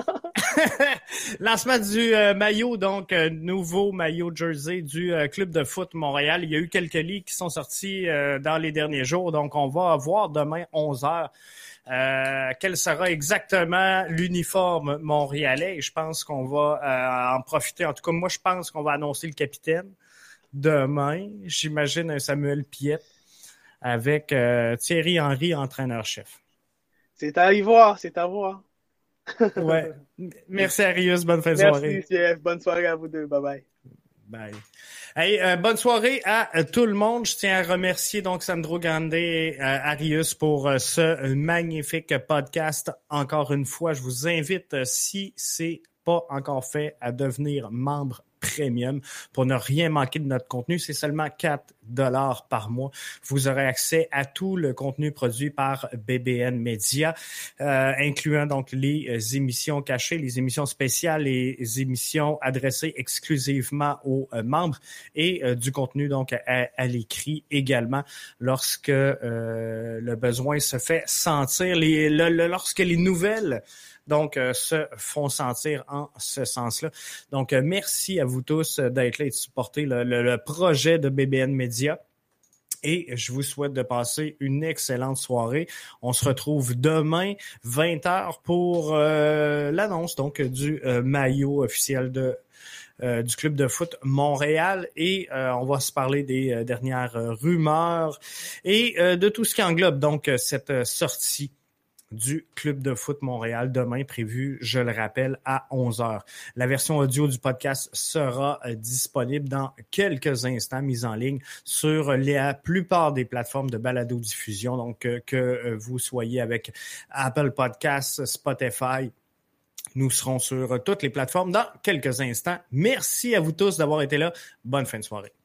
[SPEAKER 2] lancement du euh, maillot, donc, euh, nouveau maillot jersey du euh, Club de foot Montréal. Il y a eu quelques livres qui sont sortis euh, dans les derniers jours, donc on va voir demain onze heures Euh, quel sera exactement l'uniforme montréalais. Et je pense qu'on va euh, en profiter. En tout cas, moi, je pense qu'on va annoncer le capitaine demain. J'imagine un Samuel Piette avec euh, Thierry Henry, entraîneur-chef.
[SPEAKER 3] C'est à y voir, c'est à voir.
[SPEAKER 2] Ouais. Merci Arius, bonne fin de
[SPEAKER 3] Merci,
[SPEAKER 2] soirée.
[SPEAKER 3] Merci C F, bonne soirée à vous deux, bye bye.
[SPEAKER 2] Bye. Hey, euh, bonne soirée à euh, tout le monde. Je tiens à remercier donc Sandro Grande et euh, Arius pour euh, ce magnifique podcast. Encore une fois, je vous invite, euh, si c'est pas encore fait, à devenir membre premium pour ne rien manquer de notre contenu. C'est seulement quatre dollars par mois. Vous aurez accès à tout le contenu produit par B B N Media, euh, incluant donc les euh, émissions cachées, les émissions spéciales, les émissions adressées exclusivement aux euh, membres et euh, du contenu donc à, à l'écrit également lorsque euh, le besoin se fait sentir, les, le, le, lorsque les nouvelles donc euh, se font sentir en ce sens-là. Donc, euh, merci à vous tous d'être là et de supporter le, le, le projet de B B N Media. Et je vous souhaite de passer une excellente soirée. On se retrouve demain, vingt heures, pour euh, l'annonce donc du euh, maillot officiel de Euh, du Club de foot Montréal et euh, on va se parler des euh, dernières euh, rumeurs et euh, de tout ce qui englobe donc euh, cette euh, sortie du Club de foot Montréal demain, prévu, je le rappelle, à onze heures. La version audio du podcast sera euh, disponible dans quelques instants, mise en ligne sur la plupart des plateformes de balado-diffusion, donc euh, que euh, vous soyez avec Apple Podcasts, Spotify. Nous serons sur toutes les plateformes dans quelques instants. Merci à vous tous d'avoir été là. Bonne fin de soirée.